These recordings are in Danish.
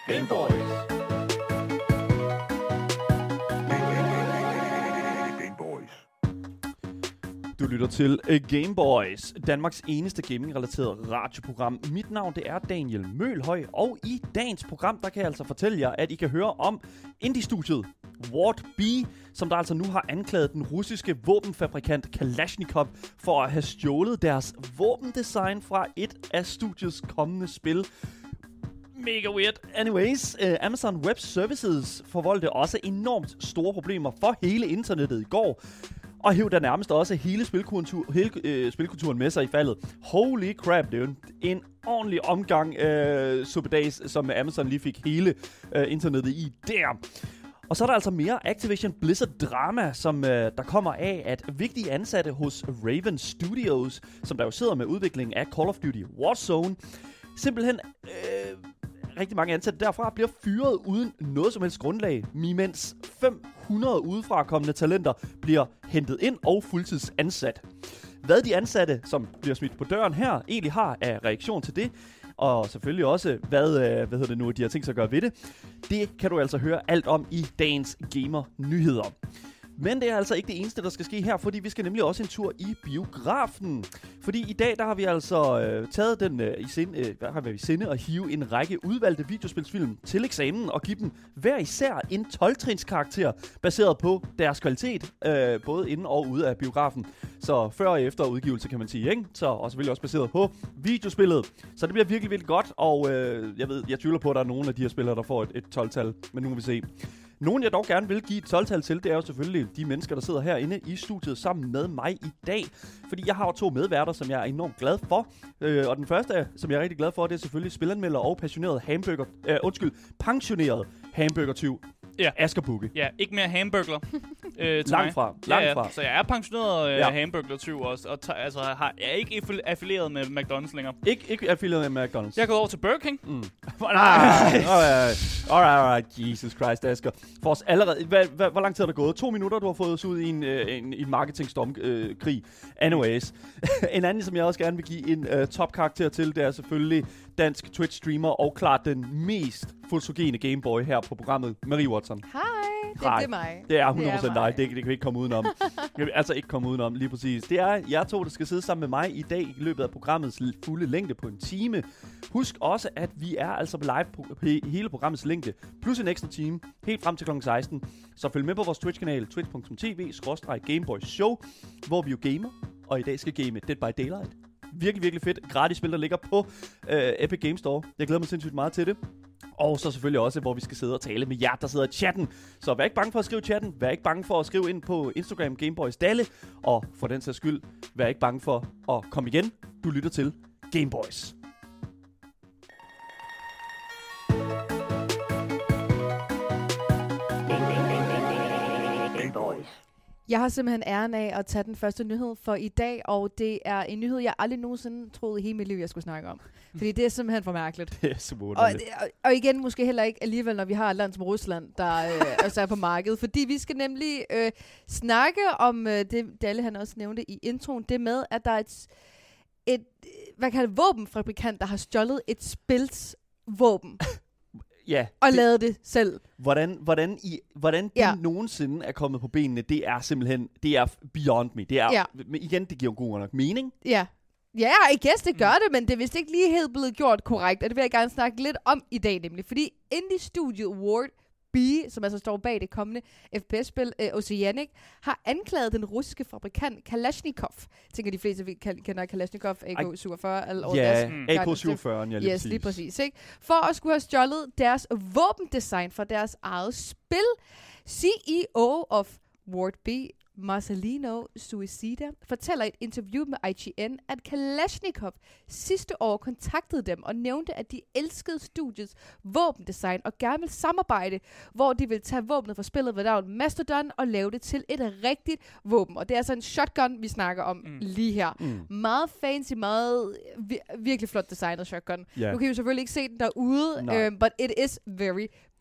Gameboys. Du lytter til Gameboys, Danmarks eneste gaming-relateret radioprogram. Mit navn det er Daniel Mølhøj, og i dagens program der kan jeg altså fortælle jer, at I kan høre om indie-studiet Ward B, som der altså nu har anklaget den russiske våbenfabrikant Kalashnikov for at have stjålet deres våbendesign fra et af studiets kommende spil. Mega weird. Anyways, Amazon Web Services forvoldte også enormt store problemer for hele internettet i går, og hævde der nærmest også hele spilkulturen med sig i faldet. Holy crap, det er jo en ordentlig omgang suppedags, som Amazon lige fik hele internettet i der. Og så er der altså mere Activision Blizzard drama, som der kommer af, at vigtige ansatte hos Raven Studios, som der jo sidder med udviklingen af Call of Duty Warzone, simpelthen rigtig mange ansatte derfra bliver fyret uden noget som helst grundlag, mens 500 udefrakommende talenter bliver hentet ind og fuldtidsansat. Hvad de ansatte, som bliver smidt på døren her, egentlig har af reaktion til det, og selvfølgelig også, hvad de har tænkt sig at gøre ved det kan du altså høre alt om i dagens Gamer-nyheder. Men det er altså ikke det eneste, der skal ske her, fordi vi skal nemlig også en tur i biografen. Fordi i dag, der har vi altså taget den i sinde at hive en række udvalgte videospilsfilm til eksamen og give dem hver især en 12-trins karakter, baseret på deres kvalitet, både inden og ude af biografen. Så før og efter udgivelse, kan man sige, ikke? Så, og selvfølgelig også baseret på videospillet. Så det bliver virkelig, virkelig godt, og jeg tvivler på, at der er nogen af de her spillere, der får et 12-tal, men nu må vi se. Nogen, jeg dog gerne vil give et 12-tal til, det er jo selvfølgelig de mennesker, der sidder herinde i studiet sammen med mig i dag. Fordi jeg har jo 2 medværter, som jeg er enormt glad for. Og den første, som jeg er rigtig glad for, det er selvfølgelig spilanmelder og pensioneret hamburgertyv. Ja. Asger Bukke. Ja, ikke mere hamburgler Langt fra. Så jeg er pensioneret hamburgertyv også, og jeg er ikke affilieret med McDonald's længere. Ikke affilieret med McDonald's. Jeg er gået over til Burger King. Alright, Jesus Christ, Asger. For os allerede, hvor lang tid er der gået? 2 minutter, du har fået os ud i en marketing-stormkrig. Anyways. En anden, som jeg også gerne vil give en topkarakter til, det er selvfølgelig dansk Twitch-streamer og klart den mest fotogene Gameboy her på programmet, Marie Watson. Hej, det er mig. Det er 100% dig. Det kan vi ikke komme udenom. Det kan vi altså ikke komme udenom, lige præcis. Det er jer 2, der skal sidde sammen med mig i dag i løbet af programmets fulde længde på en time. Husk også, at vi er altså live på hele programmets længde, plus en ekstra time, helt frem til kl. 16. Så følg med på vores Twitch-kanal, twitch.tv/gameboyshow, hvor vi jo gamer, og i dag skal game Dead by Daylight. Virkelig, virkelig fedt. Gratis spil, der ligger på Epic Games Store. Jeg glæder mig sindssygt meget til det. Og så selvfølgelig også, hvor vi skal sidde og tale med jer, der sidder i chatten. Så vær ikke bange for at skrive i chatten. Vær ikke bange for at skrive ind på Instagram Gameboys Dalle. Og for den sags skyld, vær ikke bange for at komme igen. Du lytter til Gameboys. Jeg har simpelthen æren af at tage den første nyhed for i dag, og det er en nyhed, jeg aldrig nogensinde troede i hele mit liv, jeg skulle snakke om. Fordi det er simpelthen for mærkeligt. Det er så underligt. Og igen, måske heller ikke alligevel, når vi har et land som Rusland, der også er på markedet. Fordi vi skal nemlig snakke om det, Dalle han også nævnte i introen, det med, at der er et hvad kalder det, våbenfabrikant, der har stjålet et spils våben. Ja. Og lavet det selv. Hvordan det nogensinde er kommet på benene, det er simpelthen, det er beyond me. Det er, igen, det giver jo god nok mening. Ja. Ja, I guess det gør det, men det er vist ikke lige helt blevet gjort korrekt, og det vil jeg gerne snakke lidt om i dag nemlig. Fordi indie-studiet Ward B, som altså står bag det kommende FPS-spil Oceanic, har anklaget den russiske fabrikant Kalashnikov. Tænker de fleste kender Kalashnikov, AK-47. Ja, AK-47, ja, lige præcis. Ikke? For at skulle have stjålet deres våbendesign fra deres eget spil. CEO of Ward B, Marcelino Suicida, fortæller i et interview med IGN, at Kalashnikov sidste år kontaktede dem og nævnte, at de elskede studiets våbendesign og gerne vil samarbejde, hvor de vil tage våbnet fra spillet ved navn Mastodon og lave det til et rigtigt våben. Og det er altså en shotgun, vi snakker om lige her. Meget fancy, meget virkelig flot designet shotgun. Yeah. Nu kan vi selvfølgelig ikke se den derude, but it is very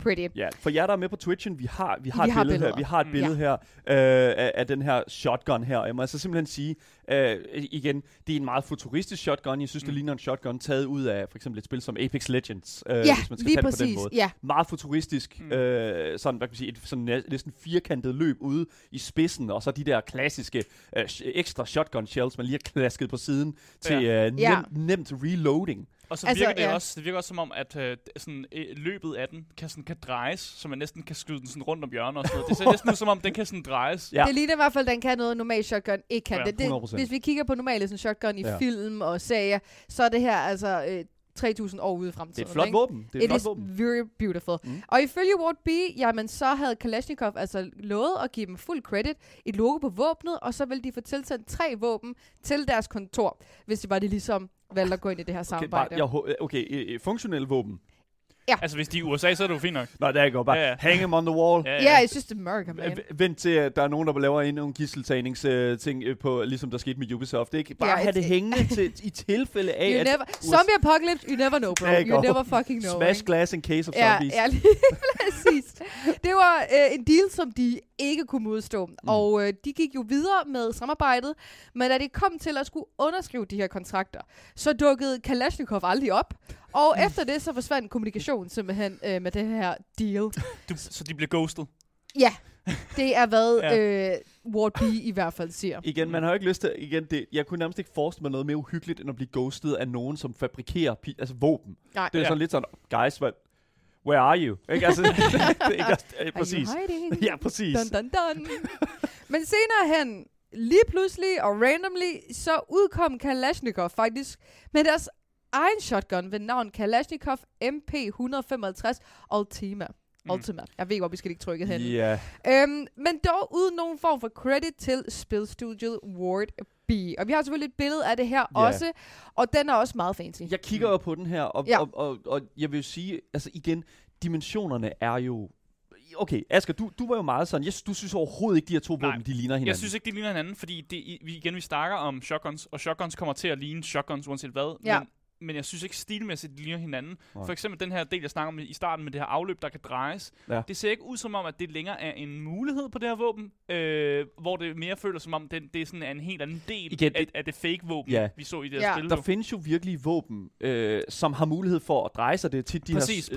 pretty. Ja, for jer, der er med på Twitchen, vi har et billede her. Vi har et billede her af den her shotgun her. Jeg må altså simpelthen sige, igen, det er en meget futuristisk shotgun. Jeg synes, det ligner en shotgun taget ud af for eksempel et spil som Apex Legends, hvis man skal tage det på den måde. Ja. Meget futuristisk, sådan, hvad kan man sige, et sådan næsten firkantet løb ude i spidsen, og så de der klassiske ekstra shotgun shells, man lige har klasket på siden til nemt reloading. Og så virker det virker også som om, at sådan, løbet af den kan drejes, så man næsten kan skyde den sådan rundt om hjørnet og sådan noget. Det ser næsten ud som om, den kan sådan drejes. Ja. Det ligner i hvert fald, den kan noget normal shotgun ikke kan. Ja, hvis vi kigger på normale sådan shotgun i film og serier, så er det her altså 3.000 år ude i fremtiden. Det er et flot våben. It is very beautiful. Og ifølge Ward B, jamen så havde Kalashnikov altså lovet at give dem fuld credit, et logo på våbnet, og så ville de få tilsendt 3 våben til deres kontor, hvis det var det ligesom valgte at gå ind i det her samarbejde. Funktionelle våben. Ja. Altså, hvis de er i USA, så er det jo fint nok. Nå, der går bare. Hang them on the wall. Yeah, it's just America, man. Vent til, at der er nogen, der laver nogle gisseltagningsting på, ligesom der skete med Ubisoft. Ikke? Bare have det hængende i tilfælde af, zombie apocalypse, you never know, bro. You never fucking know. Smash glass in case of zombies. Ja, lige præcis. Det var en deal, som de ikke kunne modstå. Og de gik jo videre med samarbejdet, men da det kom til at skulle underskrive de her kontrakter, så dukkede Kalashnikov aldrig op. Og efter det, så forsvandt kommunikation simpelthen med det her deal. Så de blev ghostet? Ja, det er hvad Ward B i hvert fald siger. Igen, man har jo ikke lyst til, jeg kunne nærmest ikke forestille mig noget mere uhyggeligt, end at blive ghostet af nogen, som fabrikerer våben. Nej. Det er sådan lidt sådan, guys, where are you? Ikke? Altså, præcis. Are you hiding? Ja, præcis. Dun, dun, dun. Men senere hen, lige pludselig og randomly, så udkom Kalashnikov faktisk med deres egen shotgun ved navn Kalashnikov MP155 Ultima. Jeg ved ikke, hvor vi skal ikke trykke hen. Yeah. Men dog uden nogen form for credit til spilstudiet Ward B. Og vi har selvfølgelig et billede af det her også, og den er også meget fancy. Jeg kigger jo på den her, og jeg vil sige, altså igen, dimensionerne er jo... Okay, Asger, du var jo meget sådan, du synes overhovedet ikke, de her 2 våben, de ligner hinanden. Jeg synes ikke, de ligner hinanden, fordi vi snakker om shotguns, og shotguns kommer til at ligne shotguns uanset hvad. Ja. Men jeg synes ikke stilmæssigt, de ligner hinanden. For eksempel den her del, jeg snakker om i starten med det her afløb, der kan drejes. Ja. Det ser ikke ud som om, at det længere er en mulighed på det her våben, hvor det mere føler som om, det er sådan en helt anden del af det fake våben, vi så i det her spil. Der findes jo virkelig våben, som har mulighed for at dreje sig. Det er tit de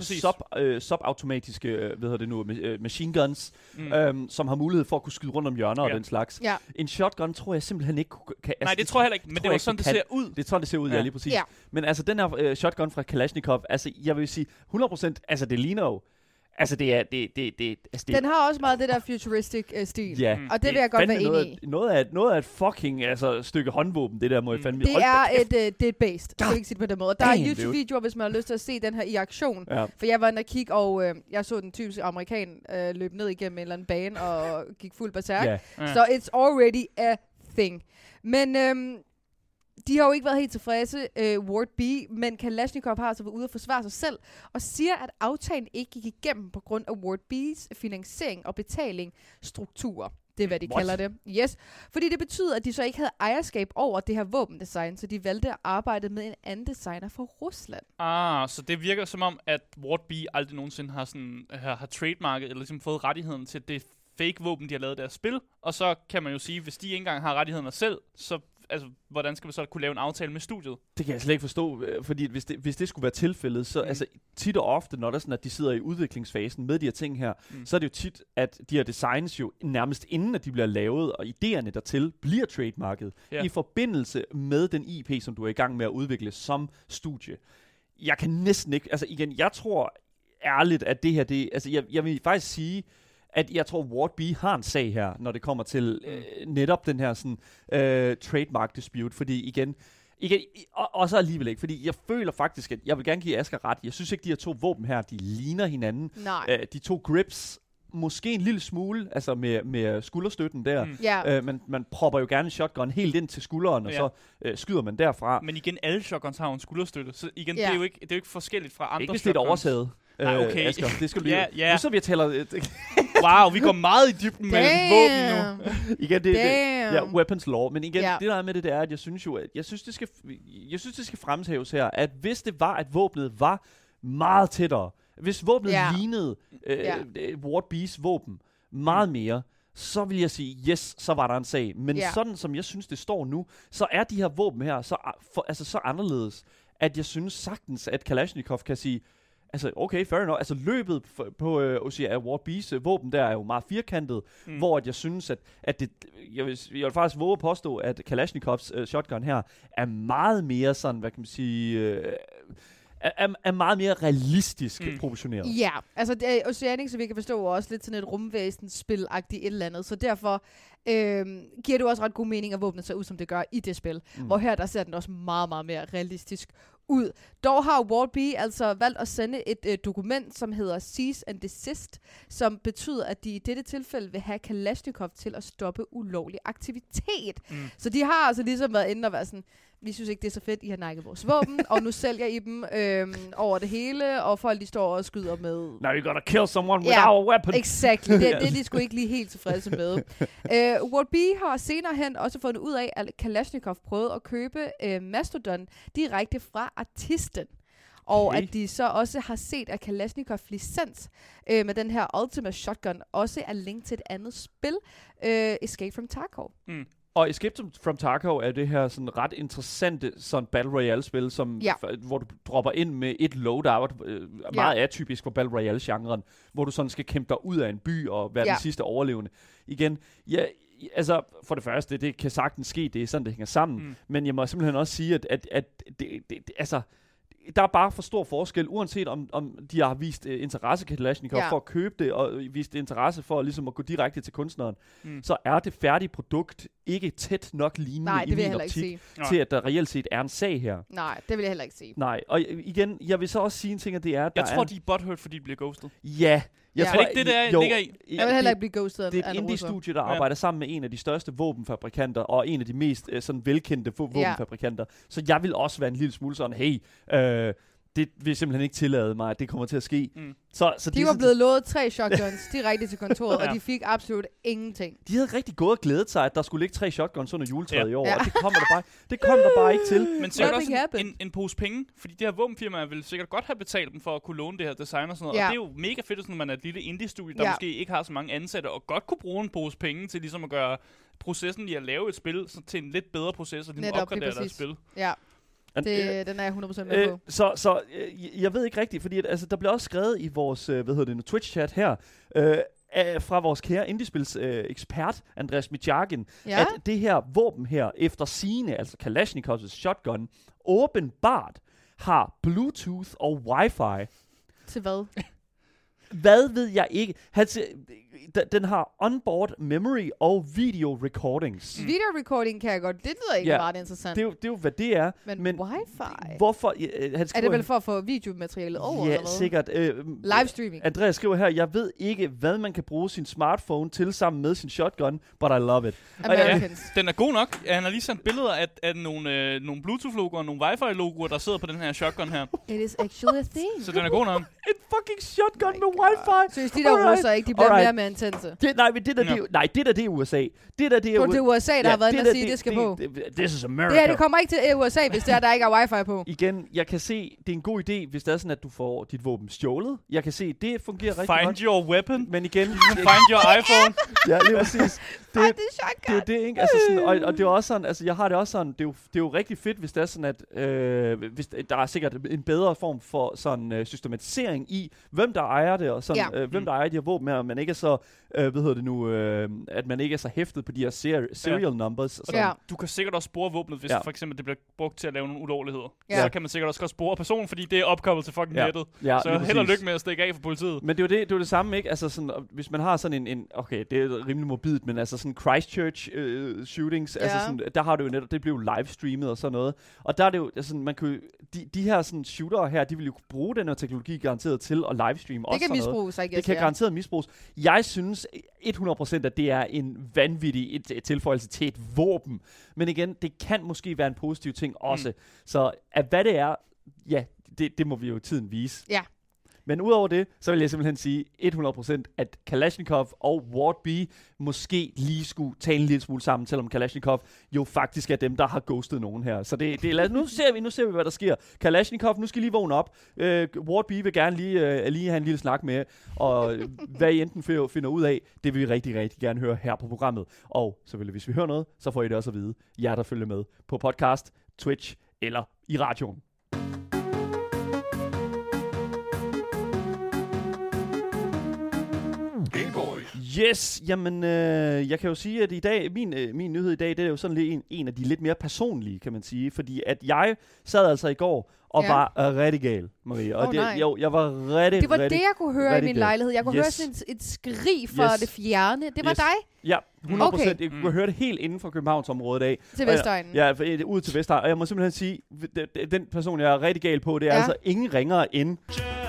her subautomatiske machine guns, som har mulighed for at kunne skyde rundt om hjørner og den slags. Ja. En shotgun tror jeg simpelthen ikke kan... Nej, det tror jeg heller ikke, men det er sådan, det ser ud. Det er sådan, det ser ud, lige præcis. Ja. Men altså, den her shotgun fra Kalashnikov, altså, jeg vil sige, 100%, altså, det ligner jo, altså, det er... Den har også meget det der futuristic stil, og det vil jeg godt være enig i. Noget af et fucking stykke håndvåben, det der må jeg fandme... Det er et based, jeg kan ikke sige det på den måde. Der er YouTube-videoer, hvis man har lyst til at se den her i aktion, for jeg var inde og kigge, og jeg så den typiske amerikan løbe ned igennem en eller anden bane, og gik fuld berserk. Så it's already a thing. Men... de har jo ikke været helt tilfredse, Ward B, men Kalashnikov har altså været ude at forsvare sig selv, og siger, at aftalen ikke gik igennem på grund af Ward B's finansiering og betaling strukturer. Det er, hvad de kalder det. Yes. Fordi det betyder, at de så ikke havde ejerskab over det her våbendesign, så de valgte at arbejde med en anden designer fra Rusland. Så det virker som om, at Ward B aldrig nogensinde har trademarket, eller ligesom fået rettigheden til det fake våben, de har lavet i deres spil. Og så kan man jo sige, hvis de ikke engang har rettighederne selv, så altså, hvordan skal man så kunne lave en aftale med studiet? Det kan jeg slet ikke forstå, fordi hvis det skulle være tilfældet, så altså, tit og ofte, når det er sådan, at de sidder i udviklingsfasen med de her ting her, så er det jo tit, at de her designs jo nærmest inden, at de bliver lavet, og idéerne dertil bliver trademarket i forbindelse med den IP, som du er i gang med at udvikle som studie. Jeg kan næsten ikke, altså igen, jeg tror ærligt, at det her, altså jeg vil faktisk sige, at jeg tror, Ward B har en sag her, når det kommer til netop den her sådan, trademark dispute, fordi igen og så alligevel ikke, fordi jeg føler faktisk, at jeg vil gerne give Asger ret. Jeg synes ikke, de her 2 våben her, de ligner hinanden. De 2 grips, måske en lille smule, altså med skulderstøtten der. Man propper jo gerne en shotgun helt ind til skulderen, og så skyder man derfra. Men igen, alle shotguns har jo en skulderstøtte, så igen, det er jo ikke forskelligt fra andre ikke hvis det er et overtaget. Okay. Asger, det skal du lige... Nu så vi taler... Wow, vi går meget i dybden med våben nu. Igen, det weapons law. Men igen, det der er med det er, at jeg synes, det skal fremhæves her, at hvis det var, at våbnet var meget tættere, Hvis våbnet lignede Ward B's våben meget mere, så vil jeg sige, yes, så var der en sag. Men sådan som jeg synes, det står nu, så er de her våben her så anderledes, at jeg synes sagtens, at Kalashnikov kan sige, altså, okay, fair enough. Altså, løbet på Ward B's våben der er jo meget firkantet, hvor at jeg synes, at det, jeg vil faktisk våge at påstå, at Kalashnikovs shotgun her er meget mere sådan, hvad kan man sige, er meget mere realistisk proportioneret. Ja, altså Oceanic, så vi kan forstå, også lidt sådan et rumvæsenspil-agtigt et eller andet, så derfor giver det også ret god mening, at våbnet ser ud, som det gør i det spil. Hvor her, der ser den også meget, meget mere realistisk ud. Dog har Ward B altså valgt at sende et dokument, som hedder Cease and Desist, som betyder, at de i dette tilfælde vil have Kalashnikov til at stoppe ulovlig aktivitet. Så de har altså ligesom været inde og været sådan, vi synes ikke, det er så fedt, I har nakket vores våben, og nu sælger I dem over det hele, og folk de står og skyder med... Now you gotta kill someone without a weapon. Exactly. Det er de sgu ikke lige helt tilfredse med. Ward B har senere hen også fundet ud af, at Kalashnikov prøvede at købe Mastodon direkte fra artisten. Og at de så også har set, at Kalashnikov licens med den her Ultimate Shotgun også er linket til et andet spil, Escape from Tarkov. Og Escape from Tarkov er det her sådan ret interessante sådan Battle Royale-spil, som, hvor du dropper ind med et loadout, meget atypisk for Battle Royale-genren, hvor du sådan skal kæmpe dig ud af en by og være den sidste overlevende. Igen, altså for det første, det kan sagtens ske, det er sådan, det hænger sammen, men jeg må simpelthen også sige, at det altså... Der er bare for stor forskel, uanset om de har vist interesse, Kalashnikov, for at købe det, og vist interesse for ligesom at gå direkte til kunstneren, så er det færdige produkt ikke tæt nok lignende i min optik, til at der reelt set er en sag her. Nej, det vil jeg heller ikke sige. Nej, og igen, jeg vil så også sige en ting, at det er... Jeg tror, de er butthurt, fordi de bliver ghostet. Ja. Jeg tror ikke, det der ligger i. Jeg vil heller ikke blive ghostet. Det er et indie-studie, der arbejder sammen med en af de største våbenfabrikanter, og en af de mest sådan velkendte våbenfabrikanter. Så jeg vil også være en lille smule sådan, hey, det vil simpelthen ikke tillade mig, at det kommer til at ske. Så de var blevet lovet 3 shotguns direkte til kontoret, og de fik absolut ingenting. De havde rigtig gået og glædet sig, at der skulle ligge 3 shotguns under juletræet i år, og det kom der bare ikke til. Men sikkert også en pose penge, fordi de her våbenfirmaer vil sikkert godt have betalt dem for at kunne låne det her design og sådan noget. Og det er jo mega fedt, når man er et lille indie-studie, der måske ikke har så mange ansatte, og godt kunne bruge en pose penge til ligesom at gøre processen i at lave et spil til en lidt bedre proces, og ligesom opgradere deres spil. Ja. Den er jeg 100% med på. Så jeg ved ikke rigtigt, fordi altså, der bliver også skrevet i vores Twitch-chat her, fra vores kære indiespils ekspert, Andreas Michagin, at det her våben her, efter sigende, altså Kalashnikovs shotgun, åbenbart har Bluetooth og Wi-Fi. Til hvad? Hvad ved jeg ikke. Den har onboard memory og video recordings. Video recording kan jeg godt. Det lyder ikke ret interessant. Det er jo hvad det er. Men Wi-Fi? Hvorfor? Er det vel for at få videomaterialet over? Ja, sikkert. Livestreaming. Andreas skriver her, jeg ved ikke, hvad man kan bruge sin smartphone til sammen med sin shotgun, but I love it. Den er god nok. Han har lige sendt billeder af nogle Bluetooth-logoer og nogle Wi-Fi-logoer, der sidder på den her shotgun her. It is actually a thing. Så den er god nok. En fucking shotgun med Wi-Fi. Synes de der russer ikke, de bliver mere intense. Det er USA. Det er USA, der har været inde at sige, det skal på. This is America. Det kommer ikke til USA, hvis der ikke er wifi på. Igen, jeg kan se, det er en god idé, hvis det er sådan, at du får dit våben stjålet. Jeg kan se, det fungerer rigtig godt. Find your weapon. Men igen, find your iPhone. Ja, lige præcis. Det er det, ikke? Altså sådan, og det er også sådan, altså jeg har det også sådan, det er jo rigtig fedt, hvis det er sådan, at hvis der er sikkert en bedre form for sådan systematisering i, hvem der ejer det, og sådan, hvem der ejer de her våben her, man ikke er så, at man ikke er så hæftet på de her serial numbers. Du kan sikkert også spore våbnet, hvis for eksempel det bliver brugt til at lave nogle ulovligheder. Så kan man sikkert også godt spore personen, fordi det er opkoblet til fucking nettet. Så held og lykke med at stikke af for politiet. Men det er jo det samme, ikke? Altså sådan, hvis man har sådan en okay, det er rimelig morbidt, men altså sådan Christchurch shootings, altså sådan, der har det jo netop, det bliver jo livestreamet og sådan noget. Og der er det jo sådan, man kan de her sådan shootere her, de vil jo bruge den her teknologi garanteret til at livestreame også. Det kan misbruges, det kan garanteret misbruges. Jeg synes 100% at det er en vanvittig tilføjelse til et våben. Men igen, det kan måske være en positiv ting også. Så at hvad det er, ja, det må vi jo tiden vise. Ja. Men udover det, så vil jeg simpelthen sige 100%, at Kalashnikov og Ward B måske lige skulle tale en lille smule sammen, selvom Kalashnikov jo faktisk er dem, der har ghostet nogen her. Så nu ser vi, hvad der sker. Kalashnikov, nu skal I lige vågne op. Ward B vil gerne lige have en lille snak med, og hvad I enten finder ud af, det vil vi rigtig, rigtig gerne høre her på programmet. Og selvfølgelig, hvis vi hører noget, så får I det også at vide. Jer, der følger med på podcast, Twitch eller i radioen. Yes, jamen, jeg kan jo sige, at i dag, min nyhed i dag, det er jo sådan lidt en af de lidt mere personlige, kan man sige. Fordi at jeg sad altså i går og var rigtig gal, Marie. Og jeg var rigtig, det var det, jeg kunne høre i min lejlighed. Jeg kunne høre sådan et skrig fra det fjerne. Det var dig? Ja, 100%. Okay. Jeg kunne høre det helt inden for Københavnsområdet af. Til Vestegnen. Ja, ud til Vestegnen. Og jeg må simpelthen sige, den person, jeg er rigtig gal på, det er altså ingen ringere end...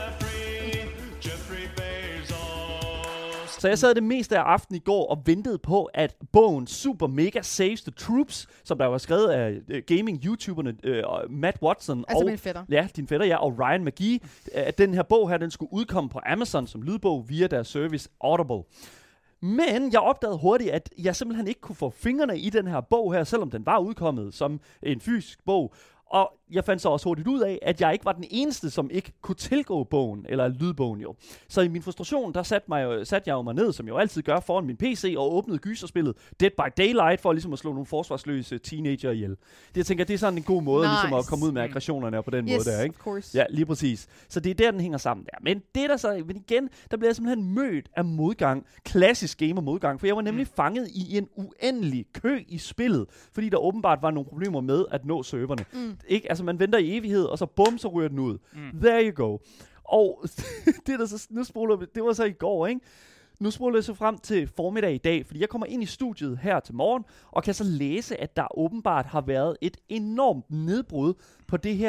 Så jeg sad det meste af aftenen i går og ventede på, at bogen Super Mega Saves the Troops, som der var skrevet af gaming-youtuberne Matt Watson altså min fætter. Ja, din fætter, og Ryan McGee, at den her bog her, den skulle udkomme på Amazon som lydbog via deres service Audible. Men jeg opdagede hurtigt, at jeg simpelthen ikke kunne få fingrene i den her bog her, selvom den var udkommet som en fysisk bog. Og jeg fandt så også hurtigt ud af, at jeg ikke var den eneste, som ikke kunne tilgå bogen, eller lydbogen jo. Så i min frustration, der satte jeg jo mig ned, som jeg jo altid gør, foran min PC, og åbnede gyserspillet Dead by Daylight, for ligesom at slå nogle forsvarsløse teenager ihjel. Det, jeg tænker, det er sådan en god måde ligesom at komme ud med aggressionerne på den måde der, ikke? Of course. Ja, lige præcis. Så det er der, den hænger sammen der. Men det der så, men igen, der bliver jeg simpelthen mødt af modgang. Klassisk gamer-modgang, for jeg var nemlig fanget i en uendelig kø i spillet, fordi der åbenbart var nogle problemer med at nå serverne. Ikke? Altså, man venter i evighed, og så bum, så ryger den ud. There you go. Og det var så i går, ikke? Nu spoler jeg så frem til formiddag i dag, fordi jeg kommer ind i studiet her til morgen, og kan så læse, at der åbenbart har været et enormt nedbrud på det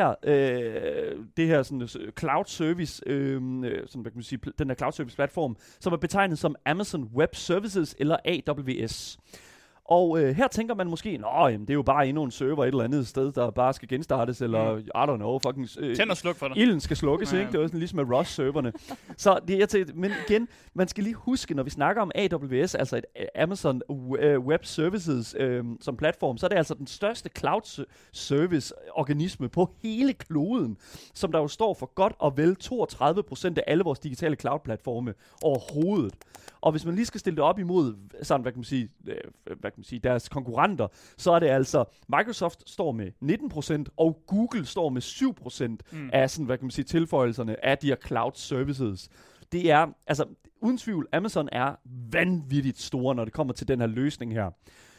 her sådan cloud service, sådan, hvad kan man sige, den her cloud service platform, som er betegnet som Amazon Web Services eller AWS. Og her tænker man måske, jamen, det er jo bare endnu en server et eller andet sted, der bare skal genstartes, eller I don't know, fucking... Tænd og sluk for dig. Ilden skal slukkes, ikke? Det er jo sådan ligesom med Rust-serverne. Så det er til, men igen, man skal lige huske, når vi snakker om AWS, altså et Amazon Web Services som platform, så er det altså den største cloud service-organisme på hele kloden, som der jo står for godt og vel 32% af alle vores digitale cloud-platforme overhovedet. Og hvis man lige skal stille det op imod, sådan, hvad kan man sige, deres konkurrenter, så er det altså, Microsoft står med 19%, og Google står med 7% af sådan, hvad kan man sige, tilføjelserne af de her cloud services. Det er, altså, uden tvivl, Amazon er vanvittigt store, når det kommer til den her løsning her.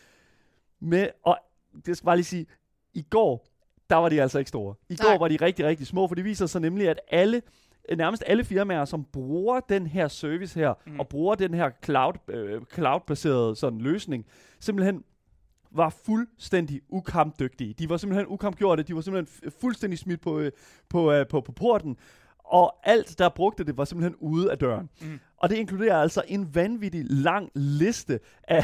Og det skal bare lige sige, i går, der var de altså ikke store. I går var de rigtig, rigtig små, for det viser sig nemlig, at nærmest alle firmaer, som bruger den her service her, og bruger den her cloud-baserede sådan løsning, simpelthen var fuldstændig ukampdygtige. De var simpelthen ukampgjorte, de var simpelthen fuldstændig smidt på porten, og alt, der brugte det, var simpelthen ude af døren. Og det inkluderer altså en vanvittig lang liste af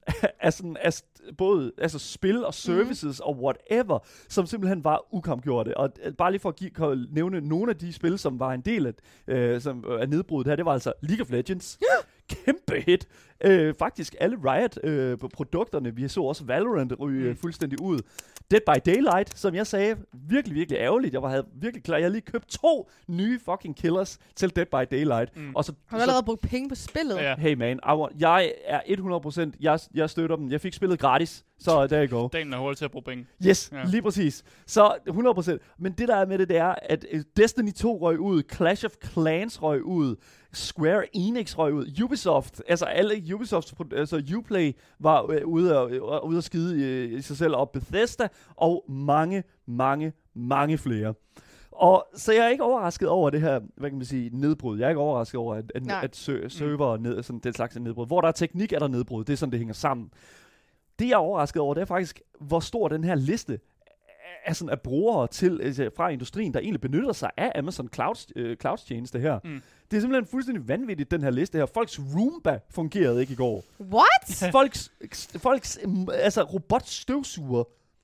både spil og services og whatever, som simpelthen var ukampgjorte. Og bare lige for at nævne nogle af de spil, som var en del af som er nedbruddet her, det var altså League of Legends. Kæmpe hit. Faktisk alle Riot-produkterne, vi så også Valorant ryge fuldstændig ud. Dead by Daylight, som jeg sagde, virkelig, virkelig ærgerligt. Jeg havde virkelig klar. Jeg havde lige købt 2 nye fucking killers til Dead by Daylight. Og så, har du allerede brugt penge på spillet? Yeah. Hey man, jeg er 100%, jeg støtter dem. Jeg fik spillet gratis, så there you go. Dagen er hurtigt til at bruge penge. Yes, lige præcis. Så 100%. Men det der er med det er, at Destiny 2 røg ud, Clash of Clans røg ud, Square Enix røg ud, Ubisoft, altså alle Ubisoft, altså Uplay var ude at skide i sig selv, og Bethesda, og mange flere. Og så jeg er ikke overrasket over det her, hvad kan man sige, nedbrud. Jeg er ikke overrasket over, at server sådan den slags nedbrud. Hvor der er teknik, er der nedbrud. Det er sådan, det hænger sammen. Det jeg er overrasket over, det er faktisk, hvor stor den her liste af brugere fra industrien, der egentlig benytter sig af Amazon Clouds tjeneste her. Det er simpelthen fuldstændig vanvittigt, den her liste her. Folks Roomba fungerede ikke i går. What? Folks robotstøvsuger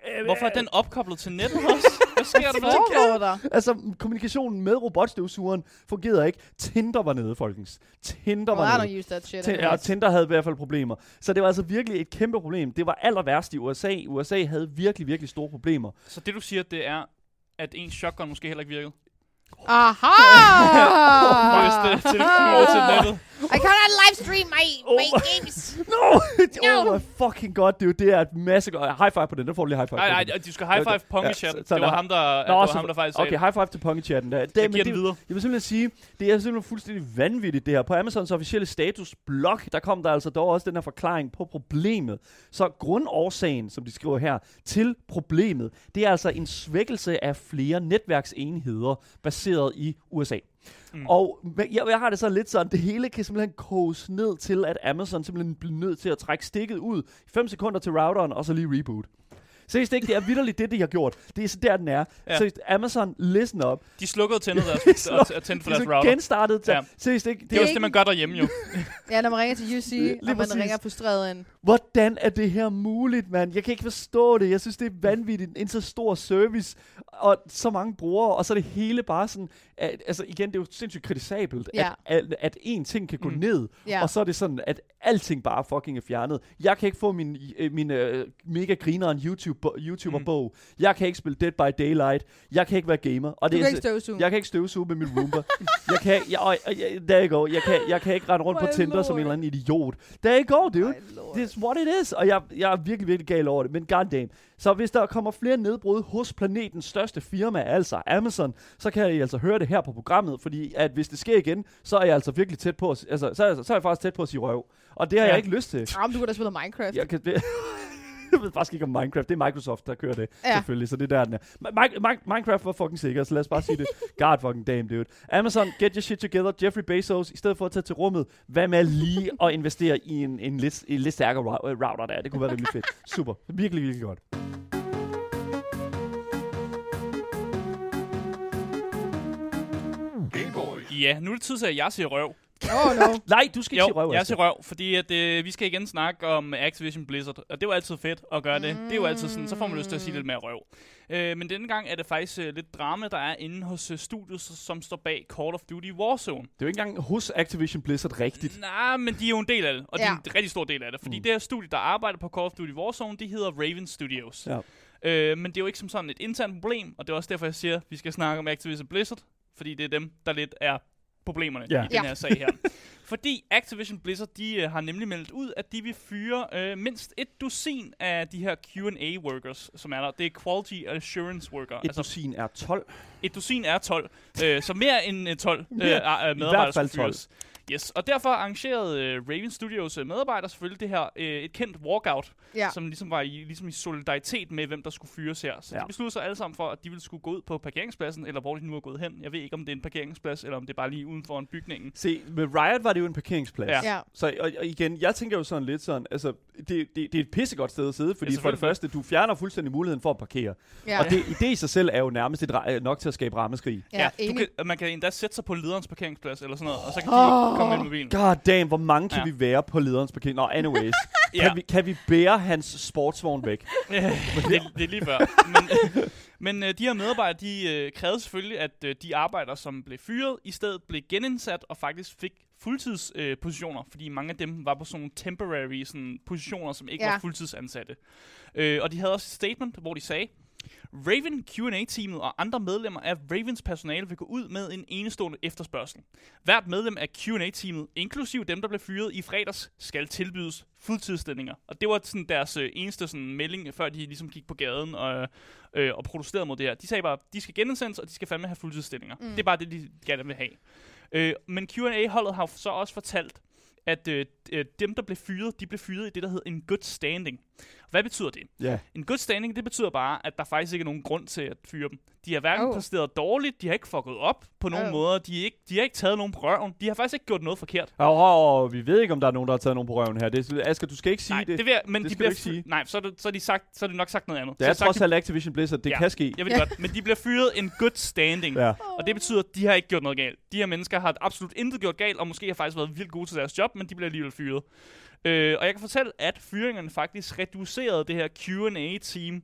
Hvorfor er den opkoblet til nettet også? Hvad sker der med det? Altså, kommunikationen med robotstøvsugeren fungerede ikke. Tinder var nede, folkens. Tinder var nede. I don't use that shit. Tinder havde i hvert fald problemer. Så det var altså virkelig et kæmpe problem. Det var aller værst i USA. USA havde virkelig, virkelig store problemer. Så det du siger, det er, at ens shotgun måske heller ikke virkede? Aha! Hvis det til nettet. I cannot livestream my games. No! Oh my fucking god, det er et masse godt. High five på den, der får du lige high five. Nej, du skal high five Pong-chatten. Det var ham, der faktisk sagde okay, high five til Pong-chatten. Jeg giver den videre. Jeg vil simpelthen sige, det er simpelthen fuldstændig vanvittigt det her. På Amazons officielle statusblog, der kom der altså dog også den her forklaring på problemet. Så grundårsagen, som de skriver her, til problemet, det er altså en svækkelse af flere netværksenheder baseret i USA. Og jeg har det så lidt sådan, det hele kan simpelthen koges ned til, at Amazon simpelthen bliver nødt til at trække stikket ud i 5 sekunder til routeren, og så lige reboot. Seriøst ikke, det er vitterligt det, de har gjort. Det er så der, den er. Ja. Seriøst, Amazon, listen up. De slukkede tændet deres, og tændte for deres router. Genstartede. Ja. Seriøst ikke. Det er også det, man gør derhjemme jo. Ja, når man ringer til UC, og man ringer frustreret ind. Hvordan er det her muligt, mand? Jeg kan ikke forstå det. Jeg synes, det er vanvittigt. En så stor service, og så mange brugere, og så er det hele bare sådan... Altså igen, det er jo sindssygt kritisabelt, at én ting kan gå ned, og så er det sådan, at alting bare fucking er fjernet. Jeg kan ikke få min mega grineren YouTuber-bog. Jeg kan ikke spille Dead by Daylight. Jeg kan ikke være gamer. Og du kan ikke støvsuge. Jeg kan ikke støvsuge med min Roomba. Jeg kan ikke rende rundt på Tinder som en eller anden idiot. There you go, dude. This is what it is. Og jeg er virkelig, virkelig gal over det. Men goddamn. Så hvis der kommer flere nedbrud hos planetens største firma, altså Amazon, så kan I altså høre det her på programmet, fordi at hvis det sker igen, så er jeg altså virkelig tæt på, så er jeg faktisk tæt på at sige røv. Og det har jeg ikke lyst til. Jamen, du kan da spille Minecraft. Jeg ved faktisk ikke om Minecraft. Det er Microsoft, der kører det, selvfølgelig. Så det er der, den er. Minecraft var fucking sikker, så lad os bare sige det. God fucking damn, dude. Amazon, get your shit together. Jeffrey Bezos, i stedet for at tage til rummet, hvad med lige at investere i en lidt stærkere router der? Det kunne være rimelig fedt. Super. Virkelig, virkelig godt. Ja, nu er det tid til, at jeg siger røv. No. Nej, du skal ikke sige røv. Jeg siger røv, fordi at, vi skal igen snakke om Activision Blizzard, og det er jo altid fedt at gøre det. Det er jo altid sådan, så får man lyst til at sige lidt mere røv. Men denne gang er det faktisk lidt drama, der er inde hos studiet, som står bag Call of Duty Warzone. Det er jo ikke engang hos Activision Blizzard rigtigt. Nej, men de er jo en del af det, og de er en rigtig stor del af det. Fordi det her studie, der arbejder på Call of Duty Warzone, de hedder Raven Studios. Ja. Men det er jo ikke som sådan et internt problem, og det er også derfor, jeg siger, at vi skal snakke om Activision Blizzard, fordi det er dem, der lidt er problemerne i den her sag her. Fordi Activision Blizzard, de har nemlig meldt ud, at de vil fyre mindst 12 af de her Q&A-workers, som er der. Det er Quality Assurance Worker. 12 er 12. 12 er 12. Så mere end 12 medarbejdere skal fyres. Yes, og derfor arrangerede Raven Studios medarbejdere selvfølgelig det her et kendt walkout, som ligesom var i solidaritet med, hvem der skulle fyres her. Så de besluttede sig alle sammen for, at de ville skulle gå ud på parkeringspladsen, eller hvor de nu er gået hen. Jeg ved ikke, om det er en parkeringsplads, eller om det er bare lige uden for en bygningen. Se, med Riot var det jo en parkeringsplads. Ja. Så og igen, jeg tænker jo sådan lidt sådan, altså, det er et pissegodt sted at sidde, fordi for det første, du fjerner fuldstændig muligheden for at parkere. Ja. Og det i sig selv er jo nærmest nok til at skabe rammeskrig. Ja, man kan endda sætte sig på lederens parkeringsplads, eller sådan noget, og så kan de komme ind med bilen. God damn, hvor mange kan vi være på lederens parkering? Nå, anyways. Kan vi bære hans sportsvogn væk? Det er lige før. Men de her medarbejdere, de krævede selvfølgelig, at de arbejdere, som blev fyret, i stedet blev genindsat og faktisk fik fuldtidspositioner, fordi mange af dem var på sådan nogle temporary positioner, som ikke var fuldtidsansatte. Og de havde også et statement, hvor de sagde, Raven Q&A-teamet og andre medlemmer af Ravens personale vil gå ud med en enestående efterspørgsel. Hvert medlem af Q&A-teamet, inklusive dem, der blev fyret i fredags, skal tilbydes fuldtidsstillinger. Og det var sådan deres eneste sådan melding, før de ligesom gik på gaden og protesterede mod det her. De sagde bare, de skal genindsendes, og de skal fandme have fuldtidsstillinger. Det er bare det, de gerne vil have. Men Q&A-holdet har så også fortalt, at dem, der blev fyret, de blev fyret i det, der hedder en good standing. Hvad betyder det? Yeah. En good standing, det betyder bare, at der faktisk ikke er nogen grund til at fyre dem. De har hverken præsteret dårligt, de har ikke fucket op på nogen måder, de har ikke taget nogen på røven, de har faktisk ikke gjort noget forkert. Vi ved ikke, om der er nogen, der har taget nogen på røven her. Asger, du skal ikke sige det. Men det skal du ikke sige. Nej, så er de nok sagt noget andet. Det er trods alt Activision Blizzard, det kan ske. Jeg ved godt, men de bliver fyret en good standing. Og det betyder, at de har ikke gjort noget galt. De her mennesker har absolut intet gjort galt, og måske har faktisk været vildt gode til deres job, men de bliver alligevel fyret. Og jeg kan fortælle, at fyringerne faktisk reducerede det her Q&A-team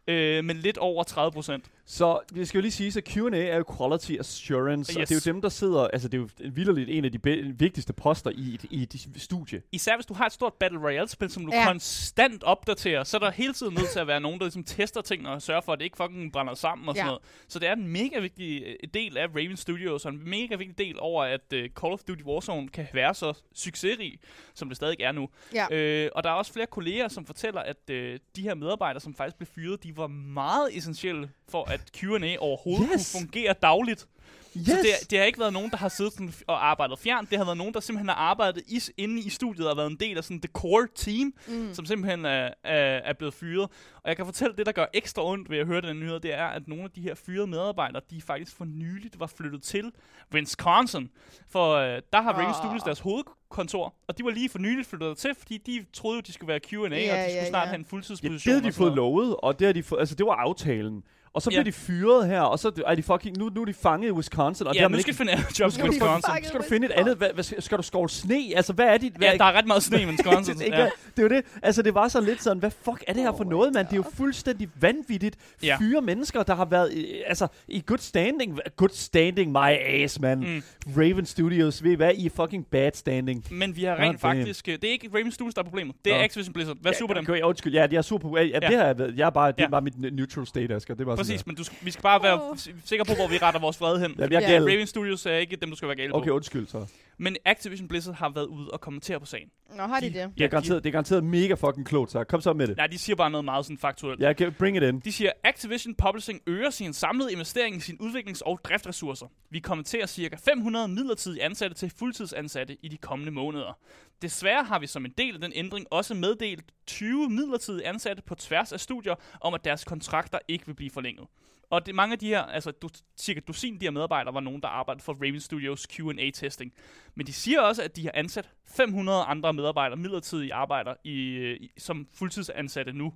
men lidt over 30%. Så vi skal jo lige sige, at Q&A er jo quality assurance, og det er jo dem, der sidder, altså det er jo vitterligt en af de vigtigste poster i et studie. Især hvis du har et stort Battle Royale-spil, som du konstant opdaterer, så er der hele tiden nødt til at være nogen, der ligesom tester tingene og sørger for, at det ikke fucking brænder sammen og sådan noget. Så det er en mega vigtig del af Raven Studios, og en mega vigtig del over, at Call of Duty Warzone kan være så succesrig, som det stadig er nu. Ja. Og der er også flere kolleger, som fortæller, at de her medarbejdere, som faktisk blev fyret, de var meget essentielle for, at Q&A overhovedet kunne fungere dagligt. Yes. Så det har ikke været nogen, der har siddet sådan og arbejdet fjernt. Det har været nogen, der simpelthen har arbejdet inde i studiet og været en del af sådan the core team, som simpelthen er blevet fyret. Og jeg kan fortælle, det der gør ekstra ondt ved at høre den nyhed, det er, at nogle af de her fyrede medarbejdere, de faktisk for nyligt var flyttet til Wisconsin. For der har Raven Studios deres hovedkontor, og de var lige for nyligt flyttet til, fordi de troede jo, de skulle være Q&A, og de skulle snart have en fuldtidsposition. Det havde de fået lovet, og det har de altså det var aftalen. Og så bliver de fyret her, og så er de fucking nu er de fanget i Wisconsin. Og nu skal finde et job i Wisconsin. Skal du finde et andet? Skal du skovle sne? Altså, hvad er det? Ja, der er ret meget sne i Wisconsin. Det er jo det. Altså, det var så lidt sådan, hvad fuck er det her for noget, mand? Det er jo fuldstændig vanvittigt. Fyre mennesker, der har været i good standing. Good standing, my ass, man. Raven Studios, ved I hvad? I er fucking bad standing. Men vi har rent faktisk... Det er ikke Raven Studios, der er problemet. Det er Activision Blizzard. Vær super dem. Okay, undskyld. Ja, de er super... Det var mit neutral state, Asger. Det var præcis, men vi skal bare være sikre på, hvor vi retter vores vrede hen. Raven Studios er ikke dem, du skal være gale på. Okay, undskyld så. Men Activision Blizzard har været ude og kommentere på sagen. Nå, har de det? Det er garanteret mega fucking klogt, så kom så med det. Nej, de siger bare noget meget sådan faktuelt. Ja, bring it in. De siger, Activision Publishing øger sin samlede investering i sin udviklings- og driftressourcer. Vi kommenterer cirka 500 midlertidige ansatte til fuldtidsansatte i de kommende måneder. Desværre har vi som en del af den ændring også meddelt 20 midlertidige ansatte på tværs af studier om, at deres kontrakter ikke vil blive forlænget. Og det, mange af de her, altså cirka dusin de her medarbejdere, var nogen, der arbejdede for Raven Studios Q&A-testing. Men de siger også, at de har ansat 500 andre medarbejdere, midlertidige arbejdere, som fuldtidsansatte nu.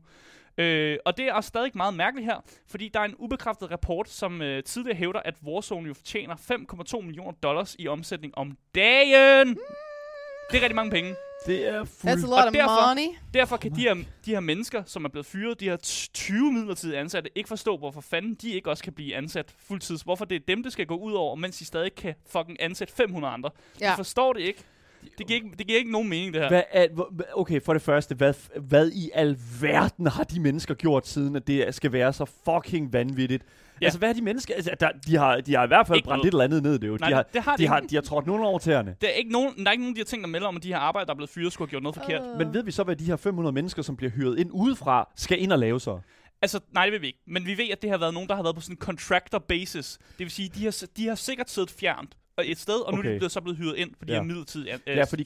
Og det er også stadig meget mærkeligt her, fordi der er en ubekræftet rapport, som tidligere hævder, at Warzone jo tjener $5,2 millioner i omsætning om dagen. Det er rigtig mange penge. Det er That's a lot of money. Derfor kan de her mennesker, som er blevet fyret, de her 20 midlertidige ansatte, ikke forstå, hvorfor fanden de ikke også kan blive ansat fuldtids. Hvorfor det er dem, det skal gå ud over, mens de stadig kan fucking ansætte 500 andre. De forstår det ikke. Det giver ikke nogen mening, det her. Okay, for det første, hvad i alverden har de mennesker gjort, siden at det skal være så fucking vanvittigt? Ja. Altså, hvad er de mennesker? Altså, de har i hvert fald brændt et eller andet ned, det jo. Nej, de har trådt nogen over tæerne. Der er ikke nogen, de har tænkt at melde om, at de her arbejde, der er blevet fyret, skulle have gjort noget forkert. Men ved vi så, hvad de her 500 mennesker, som bliver hyret ind udefra, skal ind og lave så? Altså, nej, det ved vi ikke. Men vi ved, at det har været nogen, der har været på sådan en contractor basis. Det vil sige, de har sikkert siddet fjernt et sted, og nu er de så blevet hyret ind, fordi de er midlertidigt. Fordi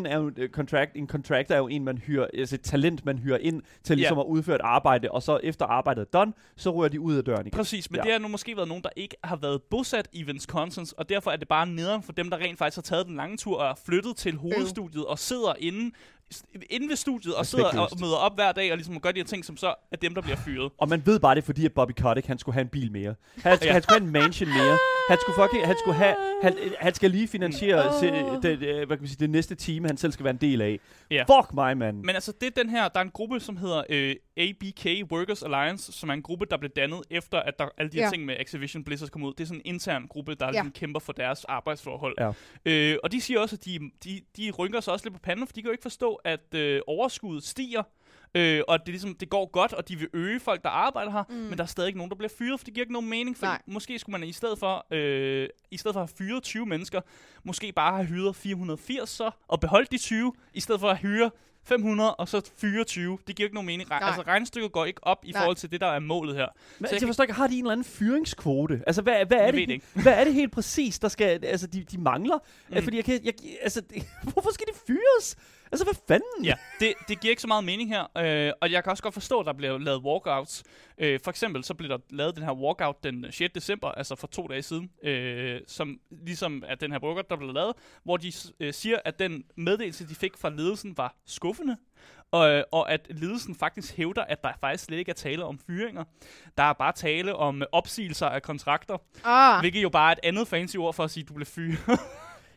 en contractor er jo en, man hyrer, altså et talent, man hyrer ind til ligesom at udføre et arbejde, og så efter arbejdet er done, så rører de ud af døren igen. Præcis, men det har nu måske været nogen, der ikke har været bosat i Wisconsin, og derfor er det bare nederen for dem, der rent faktisk har taget den lange tur og er flyttet til hovedstudiet og sidder inde ved studiet og sidder og møder op hver dag og ligesom gør de her ting, som så er dem, der bliver fyret. Og man ved bare det, fordi at Bobby Kotick, han skulle have en bil mere. Han skulle have en mansion mere. Han skal lige finansiere det næste team, han selv skal være en del af. Yeah. Fuck mig, mand. Men altså, det er den her, der er en gruppe, som hedder ABK Workers Alliance, som er en gruppe, der blev dannet efter, at der alle de her ting med Activision Blizzard kom ud. Det er sådan en intern gruppe, der ligesom kæmper for deres arbejdsforhold. Ja. Og de siger også, at de rynker sig også lidt på panden, for de kan jo ikke forstå, at overskuddet stiger, og det går godt, og de vil øge folk, der arbejder her, men der er stadig ikke nogen, der bliver fyret, for det giver ikke nogen mening, for måske skulle man i stedet for at have fyret 20 mennesker, måske bare have hyret 480 så, og beholdt de 20, i stedet for at hyre 500 og så fyre 20. Det giver ikke nogen mening. Altså regnestykket går ikke op i forhold til det, der er målet her. Men jeg forstår ikke, har de en eller anden fyringskvote? Altså, hvad er det? Hvad er det helt præcis, der skal... Altså, de mangler? Fordi hvorfor skal de fyres? Altså, hvad fanden? Ja, det giver ikke så meget mening her. Og jeg kan også godt forstå, at der bliver lavet walkouts. For eksempel, så blev der lavet den her walkout den 6. december, altså for 2 dage siden, som ligesom er den her walkout, der blev lavet, hvor de siger, at den meddelelse, de fik fra ledelsen, var skuffende. Og at ledelsen faktisk hævder, at der faktisk slet ikke er tale om fyringer. Der er bare tale om opsigelser af kontrakter, hvilket jo bare er et andet fancy ord for at sige, at du blev fyret.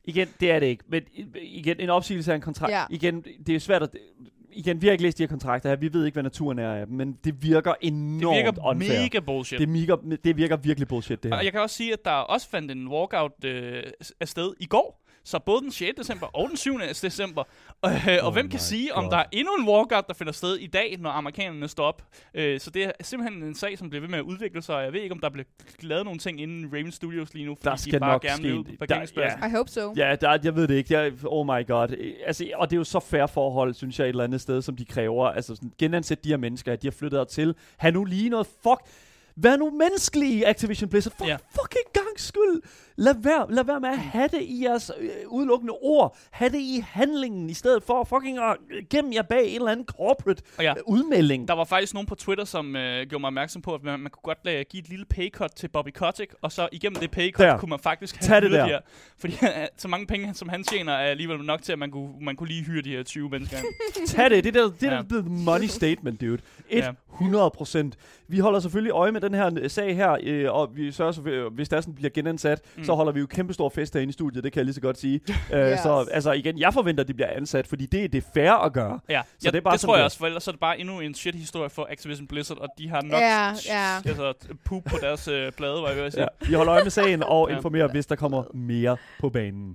Igen, det er det ikke. Men igen, en opsigelse af en kontrakt. Ja. Igen, det er svært at... Igen, vi har ikke læst de her kontrakter her. Vi ved ikke, hvad naturen er af dem, men det virker enormt unfair. Det virker mega bullshit. Det virker virkelig bullshit, det her. Og jeg kan også sige, at der også fandt en walkout afsted i går. Så både den 6. december og den 7. december. Og hvem kan sige, om der er endnu en walkout, der finder sted i dag, når amerikanerne står op. Så det er simpelthen en sag, som bliver ved med at udvikle sig. Jeg ved ikke, om der bliver lavet nogle ting inden Raven Studios lige nu, fordi der skal de bare nok gerne vil ud på parkeringspladsen. I hope so. Ja, jeg ved det ikke. Oh my god. Altså, og det er jo så fair forhold, synes jeg, et eller andet sted, som de kræver. Altså, sådan, genansætte de her mennesker, at de har flyttet hertil. Ha' nu lige noget Vær nu menneskelige, Activision Blizzard. For fucking gang skyld. Lad være med at have det i jeres udelukkende ord. Ha' det i handlingen, i stedet for fucking at gemme jer bag en eller anden corporate udmelding. Der var faktisk nogen på Twitter, som gjorde mig opmærksom på, at man kunne godt give et lille paycut til Bobby Kotick, og så igennem det paycut kunne man faktisk have hyret de her. Fordi så mange penge, som han tjener, er alligevel nok til, at man kunne lige hyre de her 20 mennesker. Tag det. Det er the money statement, dude. 100%. Vi holder selvfølgelig øje med den her sag her, og vi sørger selvfølgelig, hvis der sådan bliver genansat, så holder vi jo kæmpestor fest herinde i studiet, det kan jeg lige så godt sige. Så altså igen, jeg forventer, at de bliver ansat, fordi det er det fair at gøre. Ja, så det er bare det tror jeg også, for ellers er det bare endnu en shit-historie for Activision Blizzard, og de har nok altså, poop på deres plade, var jeg ved at sige. Ja, vi holder øje med sagen og informerer, hvis der kommer mere på banen.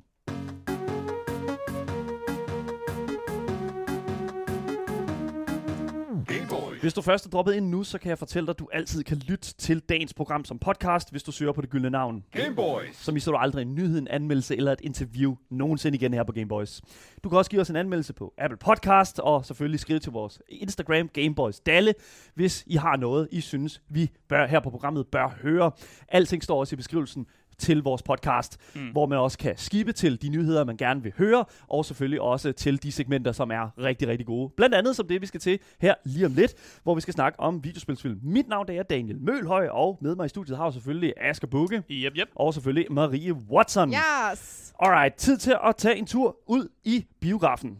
Hvis du først er droppet ind nu, så kan jeg fortælle dig, at du altid kan lytte til dagens program som podcast, hvis du søger på det gyldne navn Gameboys. Så misser du aldrig en nyhed, en anmeldelse eller et interview nogensinde igen her på Gameboys. Du kan også give os en anmeldelse på Apple Podcast, og selvfølgelig skrive til vores Instagram, Gameboys Dalle, hvis I har noget, I synes, vi her på programmet bør høre. Alting står også i beskrivelsen til vores podcast, hvor man også kan skippe til de nyheder, man gerne vil høre, og selvfølgelig også til de segmenter, som er rigtig, rigtig gode. Blandt andet som det, vi skal til her lige om lidt, hvor vi skal snakke om videospilsfilm. Mit navn er Daniel Mølhøj, og med mig i studiet har jeg selvfølgelig Asger Bukke, og selvfølgelig Marie Watson. Yes! Alright, tid til at tage en tur ud i biografen.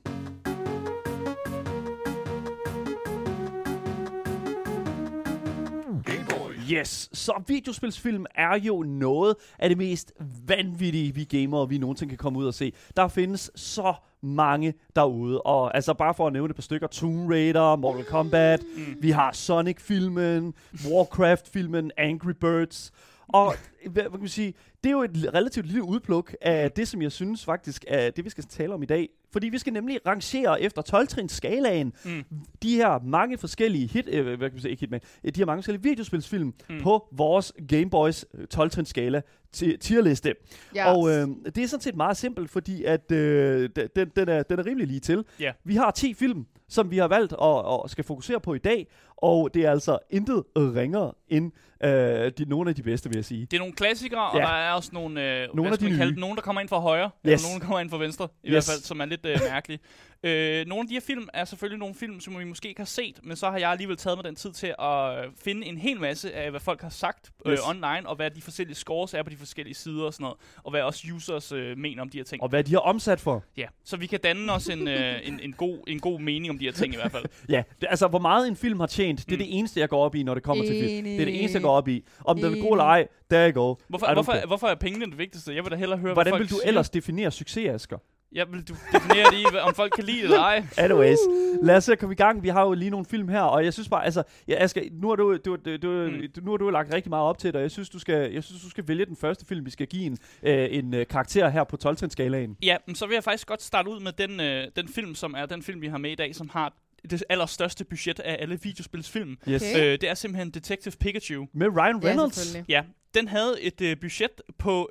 Yes, så videospilsfilm er jo noget af det mest vanvittige, vi gamere, vi nogensinde kan komme ud og se. Der findes så mange derude, og altså bare for at nævne et par stykker, Tomb Raider, Mortal Kombat, vi har Sonic-filmen, Warcraft-filmen, Angry Birds, og hvad kan man sige, det er jo et relativt lille udpluk af det, som jeg synes faktisk er det, vi skal tale om i dag. Fordi vi skal nemlig rangere efter 12-trins skalaen de her mange forskellige de her mange forskellige videospilsfilm på vores Game Boys 12-trins skala tierliste. Yes. Og det er sådan set meget simpelt, fordi at den er rimelig lige til. Yeah. Vi har 10 film, som vi har valgt at skal fokusere på i dag, og det er altså intet ringere end nogle af de bedste, vil jeg sige. Det er nogle klassikere, og der er også nogle nogen, der kommer ind fra højre, eller nogen, der kommer ind fra venstre, i hvert fald, som er lidt mærkelige. Nogle af de her film er selvfølgelig nogle film, som vi måske ikke har set, men så har jeg alligevel taget mig den tid til at finde en hel masse af, hvad folk har sagt online, og hvad de forskellige scores er på de forskellige sider og sådan noget, og hvad også users mener om de her ting. Og hvad de har omsat for. Ja, så vi kan danne os en god mening om de her ting i hvert fald. Ja, altså hvor meget en film har tjent, det er det eneste, jeg går op i, når det kommer til film. Det er det eneste, jeg går op i. Om den er god eller ej, there you go. Hvorfor er pengene det vigtigste? Jeg vil da hellere høre, hvordan vil du ellers definere succes, Asger? Jeg vil definere det i, om folk kan lide det eller ej. Anyways, lad os se at komme i gang. Vi har jo lige nogle film her, og jeg synes bare, altså, Asger, nu har du lagt rigtig meget op til det, og jeg synes, du skal vælge den første film, vi skal give en karakter her på 12-trins-skalaen. Ja, så vil jeg faktisk godt starte ud med den film, som er den film, vi har med i dag, som har det allerstørste budget af alle videospilsfilm. Yes. Det er simpelthen Detective Pikachu. Med Ryan Reynolds. Ja, den havde et budget på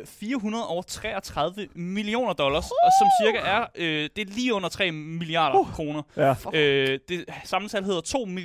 $433 millioner, og som cirka er det er lige under 3 milliarder kroner. Ja. Det sammental hedder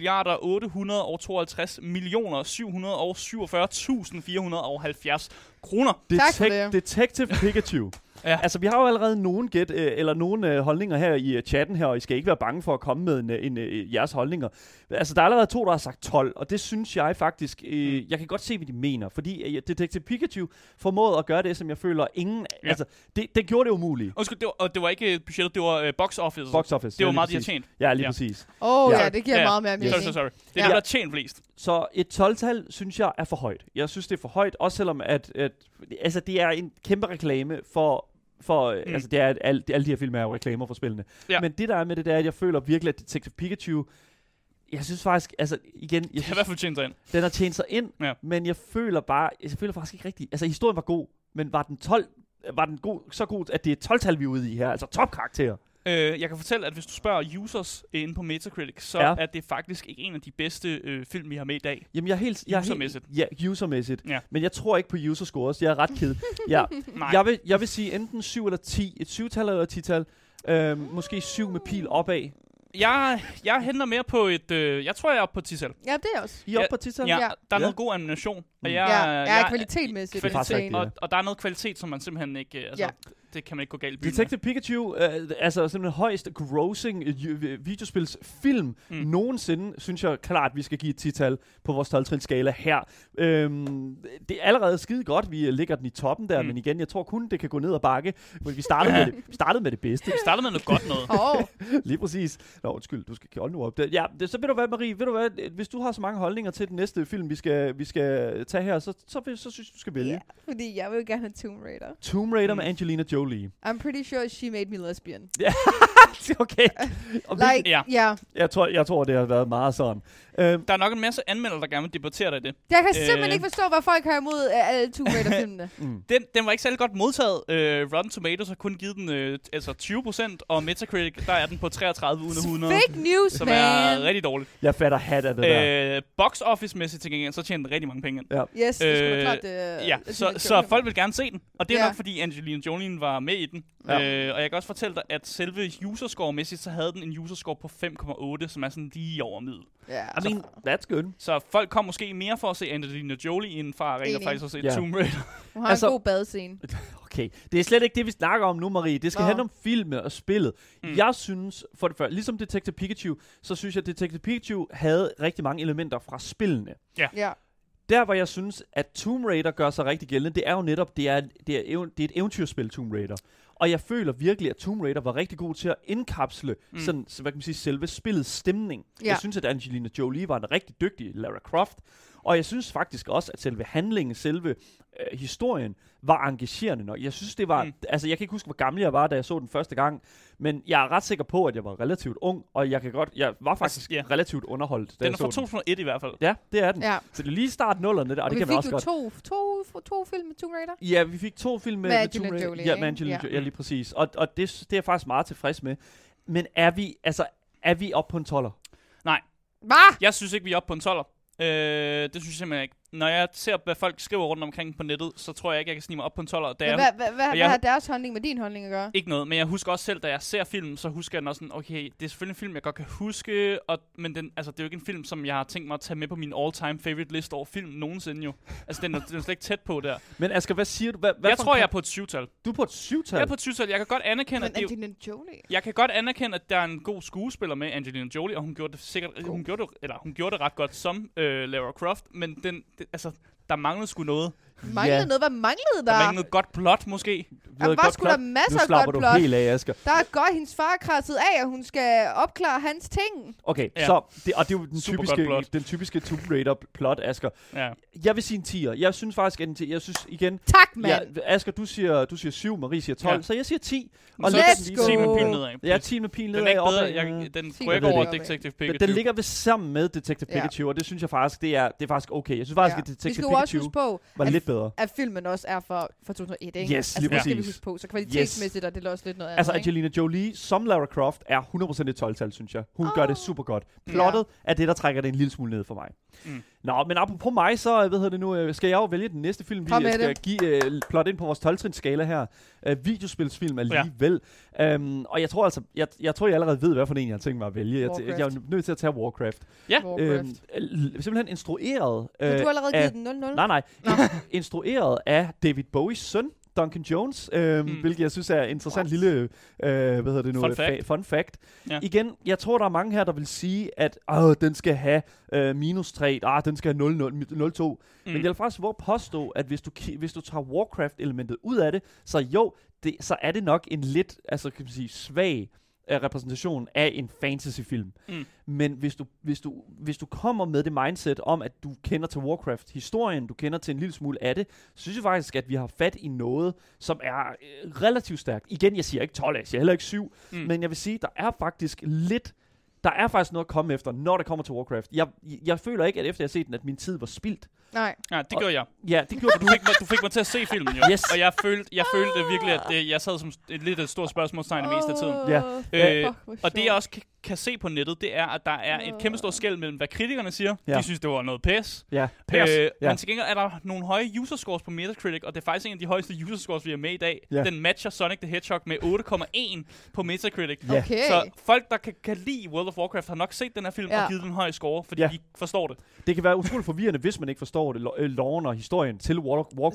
2.847.747.470 kroner. Detective Pikachu. Ja. Altså, vi har jo allerede nogen gæt, eller nogen holdninger her i chatten her, og I skal ikke være bange for at komme med jeres holdninger. Altså, der er allerede 2, der har sagt 12, og det synes jeg faktisk, jeg kan godt se, hvad de mener, fordi Detective Pikachu formåede at gøre det, som jeg føler ingen, altså, det gjorde det umuligt. Det var ikke budgettet, det var box office. Box office. Det var meget, de har tjent. Ja, lige præcis. Ja, det giver meget mere mening. Sorry. Det er det, der tjent flest. Så et 12-tal, synes jeg, er for højt. Jeg synes, det er for højt, også selvom at altså, det er en kæmpe reklame for altså det er, alle de her film er jo reklamer for spillene. Ja. Men det der er med det, der er, at jeg føler virkelig, at Detective Pikachu, jeg synes faktisk, altså igen... Jeg har i hvert fald tjent sig ind. Den har tjent sig ind, men jeg føler faktisk ikke rigtigt... Altså historien var god, men var den så god, at det er 12-tal, vi er ude i her, altså topkarakterer? Jeg kan fortælle, at hvis du spørger users inde på Metacritic, så er det faktisk ikke en af de bedste film, vi har med i dag. Jamen usermæssigt. Usermæssigt. Ja. Men jeg tror ikke på user scores. Jeg er ret ked. Jeg vil sige enten 7 eller 10. Et 7-tal eller et 10-tal. Måske 7 med pil opad. Jeg henter mere på et... jeg tror, jeg er oppe på 10-tal. Ja, det er også. I er oppe på 10-tal? Ja, der er noget god animation. Og kvalitetmæssigt. Og der er noget kvalitet, som man simpelthen ikke... Det kan man ikke gå galt i byen. Detective Pikachu, altså simpelthen højst grossing videospilsfilm nogensinde, synes jeg klart, vi skal give et 10-tal på vores 12-trins skala her. Det er allerede skide godt, vi ligger den i toppen der, men igen, jeg tror kun, det kan gå ned ad bakke. Vi startede med det bedste. Vi startede med noget godt noget. Lige præcis. Nå, undskyld, du skal holde nu op. Så ved du hvad, Marie, hvis du har så mange holdninger til den næste film, vi skal tage her, så synes jeg, du skal vælge. Ja, fordi jeg vil gerne have Tomb Raider. Tomb Raider med Angelina Jolie. I'm pretty sure she made me lesbian. Okay. Jeg tror, det har været meget sådan. Der er nok en masse anmeldere, der gerne vil debattere dig i det. Jeg kan simpelthen ikke forstå, hvad folk har imod alle Tomb Raider-filmene. Den var ikke særlig godt modtaget. Rotten Tomatoes har kun givet den 20%, og Metacritic, der er den på 33 ud af 100. Fake news, som er rigtig dårligt. Jeg fatter hat af det der. Box office-mæssigt til gengæld, så tjener den rigtig mange penge ind. Ja. Yes, det skulle klart. Så folk vil gerne se den, og det er nok fordi Angelina Jolie var med i den. Og jeg kan også fortælle dig, at selve userscore-mæssigt, så havde den en userscore på 5,8, som er sådan lige over middel. I mean, that's good. Så folk kom måske mere for at se Angelina Jolie, end for at rent faktisk at se Tomb Raider. Hun har en god badescene. Okay, det er slet ikke det, vi snakker om nu, Marie. Det skal handle om filmen og spillet. Jeg synes, for det første, ligesom Detective Pikachu, så synes jeg, at Detective Pikachu havde rigtig mange elementer fra spillene. Ja. Der, hvor jeg synes, at Tomb Raider gør sig rigtig gældende, det er jo netop, det er et eventyrspil, Tomb Raider. Og jeg føler virkelig, at Tomb Raider var rigtig god til at indkapsle sådan, så hvad kan man sige, selve spillets stemning. Jeg synes, at Angelina Jolie var en rigtig dygtig Lara Croft. Og jeg synes faktisk også, at selve handlingen, selve historien, var engagerende nok. Jeg synes, det var... Altså, jeg kan ikke huske, hvor gammel jeg var, da jeg så den første gang. Men jeg er ret sikker på, at jeg var relativt ung. Og jeg var faktisk relativt underholdt, da den er fra 2001 i hvert fald. Ja, det er den. Ja. Så det er lige start 0'erne der, og det kan man også godt. Vi fik to film med Tomb Raider? Ja, vi fik 2 film med Tomb Raider. Jolie, med Angelina Jolie. Ja, lige præcis. Og det er jeg faktisk meget tilfreds med. Men er vi oppe på en 12'er? Nej. Hvad? Jeg synes ikke, vi er oppe på en 12'er. Det synes jeg simpelthen ikke. Når jeg ser, hvad folk skriver rundt omkring på nettet, så tror jeg ikke, jeg kan snige mig op på en 12'er. Hvad har deres holdning med din holdning at gøre? Ikke noget, men jeg husker også selv, da jeg ser filmen, så husker jeg den også sådan, okay, det er selvfølgelig en film, jeg godt kan huske, men det er jo ikke en film, som jeg har tænkt mig at tage med på min all-time favorite list over film nogensinde jo. Altså, den er slet ikke tæt på der. Men Asger, hvad siger du? Jeg tror, jeg er på et 7-tal. Du er på et 7-tal? Jeg er på et 7-tal. Jeg kan godt anerkende, jeg kan godt anerkende, at der er en god skuespiller med, Angelina Jolie, og hun gjorde det ret godt som Lara Croft, men der manglede sgu noget. Manglede noget? Hvad manglede der? Der manglede godt plot, måske. Der var sgu da masser af godt plot. Nu slapper du helt af, Asger. Der er godt hendes far krasset af, at hun skal opklare hans ting. Okay, så det er jo den typiske Tomb Raider plot, Asger. Ja. Jeg vil sige en 10'er. Jeg synes faktisk, at en 10'er. Jeg synes igen... Tak, mand! Ja, Asger, du siger 7, Marie siger 12, så jeg siger 10. Og let's go! 10 med pil nedad. Ja, 10 med pil nedad. Den er ikke bedre. Den rykker over Detective Pikachu. Den ligger ved sammen med Detective Pikachu, og det synes jeg faktisk, det er faktisk okay. Jeg synes faktisk, at Detective Pikachu var lidt bedre. At filmen også er for 2001, ikke? Yes, lige præcis. Skal vi huske på. Så kvalitetsmæssigt er det også lidt noget andet. Altså, Angelina Jolie som Lara Croft er 100% et 12-tal, synes jeg. Hun gør det super godt. Plottet er det, der trækker det en lille smule ned for mig. Nå, men apropos mig, så skal jeg jo vælge den næste film, vi skal give plot ind på vores 12-trins skala her. Videospilsfilm alligevel. Og jeg tror altså, jeg allerede ved, hvad for en jeg har tænkt mig at vælge. Jeg er nødt til at tage Warcraft. Ja. Simpelthen instrueret du har allerede givet den 0-0? Nej. Instrueret af David Bowies søn, Duncan Jones, hvilket jeg synes er en interessant lille fun fact. Ja. Igen, jeg tror, der er mange her, der vil sige, at den skal have -3, den skal have 0,2. Men jeg vil faktisk våge påstå, at hvis du tager Warcraft-elementet ud af det, så så er det nok en lidt, kan man sige, svag repræsentation af en fantasyfilm. Men hvis du kommer med det mindset om, at du kender til Warcraft-historien, du kender til en lille smule af det, så synes jeg faktisk, at vi har fat i noget, som er relativt stærkt. Igen, jeg siger ikke 12, jeg siger heller ikke 7, men jeg vil sige, der er faktisk noget at komme efter, når det kommer til Warcraft. Jeg føler ikke, at efter jeg har set den, at min tid var spildt. Nej. Ja, det gjorde jeg. Ja, det gjorde du fik mig til at se filmen, jo. Yes. Og jeg følte virkelig, at jeg sad som et stort spørgsmålstegn det meste af tiden. Ja. Og det jeg også kan se på nettet, det er, at der er et kæmpe stort skel mellem, hvad kritikerne siger. Ja. De synes, det var noget pis. Ja. Men til gengæld er der nogle høje user scores på Metacritic, og det er faktisk en af de højeste user scores, vi har med i dag. Ja. Den matcher Sonic the Hedgehog med 8,1 på Metacritic. Ja. Okay. Så folk, der kan lide World of Warcraft, har nok set den her film og givet den høje score, fordi de forstår det. Det kan være utroligt forvirrende, hvis man ikke forstår det, loven og historien til Warcraft.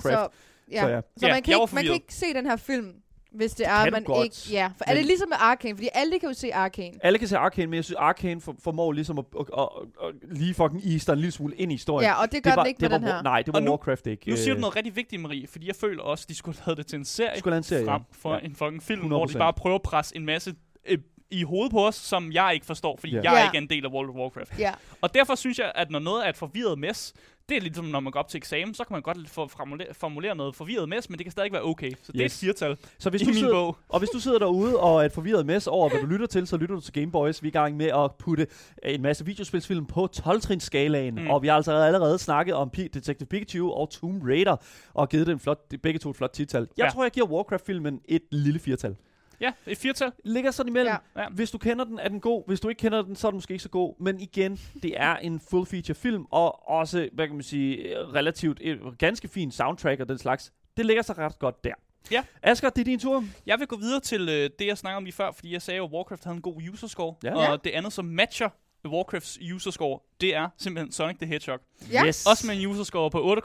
Så man kan ikke se den her film, hvis det er, at man ikke... Ja, for er det ligesom med Arcane? Fordi alle kan jo se Arcane. Alle kan se Arcane, men jeg synes, Arcane formår ligesom at lige fucking ease en lille smule ind i historien. Ja, og det gør den ikke med den her. Nej, det var Warcraft ikke. Nu siger du noget rigtig vigtigt, Marie, fordi jeg føler også, at de skulle have det til en serie. Frem for en fucking film, 100%. Hvor de bare prøver at presse en masse i hovedet på os, som jeg ikke forstår, fordi jeg ikke er en del af World of Warcraft. Og derfor synes jeg, at når noget er et forvirret mess, det er ligesom, når man går op til eksamen, så kan man godt formulere noget forvirret mess, men det kan stadig være okay. Så det er et firtal i min bog. Og hvis du sidder derude og er et forvirret mess over, hvad du lytter til, så lytter du til Game Boys. Vi er i gang med at putte en masse videospilsfilm på 12-trins-skalaen. Og vi har altså allerede snakket om Detective Pikachu og Tomb Raider, og givet dem begge to et flot 10-tal. Jeg tror, jeg giver Warcraft-filmen et lille 4-tal. Ja, et 4-tal. Ligger sådan imellem. Ja. Hvis du kender den, er den god. Hvis du ikke kender den, så er den måske ikke så god. Men igen, det er en full feature film, og også, hvad kan man sige, relativt ganske fin soundtrack og den slags. Det ligger så ret godt der. Ja. Asger, det er din tur. Jeg vil gå videre til det, jeg snakkede om lige før, fordi jeg sagde, at Warcraft havde en god user score. Og det andet, som matcher Warcrafts user score, det er simpelthen Sonic the Hedgehog. Yes. Også med en user score på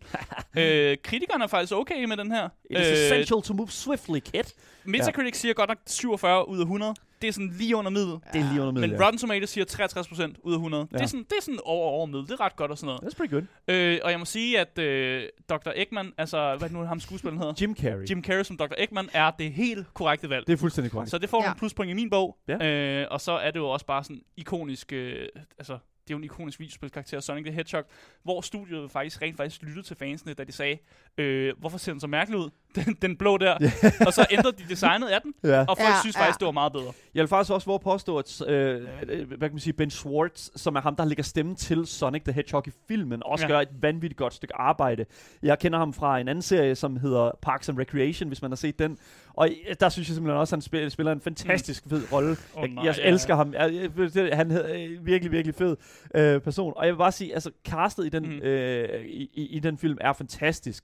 8,1. Kritikerne er faktisk okay med den her. It is essential to move swiftly, kid. Metacritic siger godt nok 47 ud af 100. Det er sådan lige under middel. Det er lige under middel, men Rotten Tomatoes siger 63% ud af 100. Ja. Det er sådan over middel. Det er ret godt og sådan noget. That's pretty good. Og jeg må sige, at Dr. Eggman, altså hvad nu ham skuespilleren hedder? Jim Carrey som Dr. Eggman er det helt korrekte valg. Det er fuldstændig korrekt. Så det får en pluspoint i min bog. Ja. Og så er det jo også bare sådan ikonisk, det er jo en ikonisk videospilskarakter, Sonic the Hedgehog, hvor studiet rent faktisk lyttede til fansene, da de sagde, hvorfor ser den så mærkelig ud? Den blå der. Og så ændrede de designet af den, og folk synes faktisk, det var meget bedre. Jeg vil faktisk også våge påstå, at hvad kan man sige, Ben Schwartz, som er ham, der lægger stemme til Sonic the Hedgehog i filmen, også gør et vanvittigt godt stykke arbejde. Jeg kender ham fra en anden serie, som hedder Parks and Recreation, hvis man har set den. Og der synes jeg simpelthen også, at han spiller en fantastisk fed rolle. Jeg elsker ham. Han er virkelig, virkelig fed person. Og jeg vil bare sige, altså castet i den, i den film er fantastisk.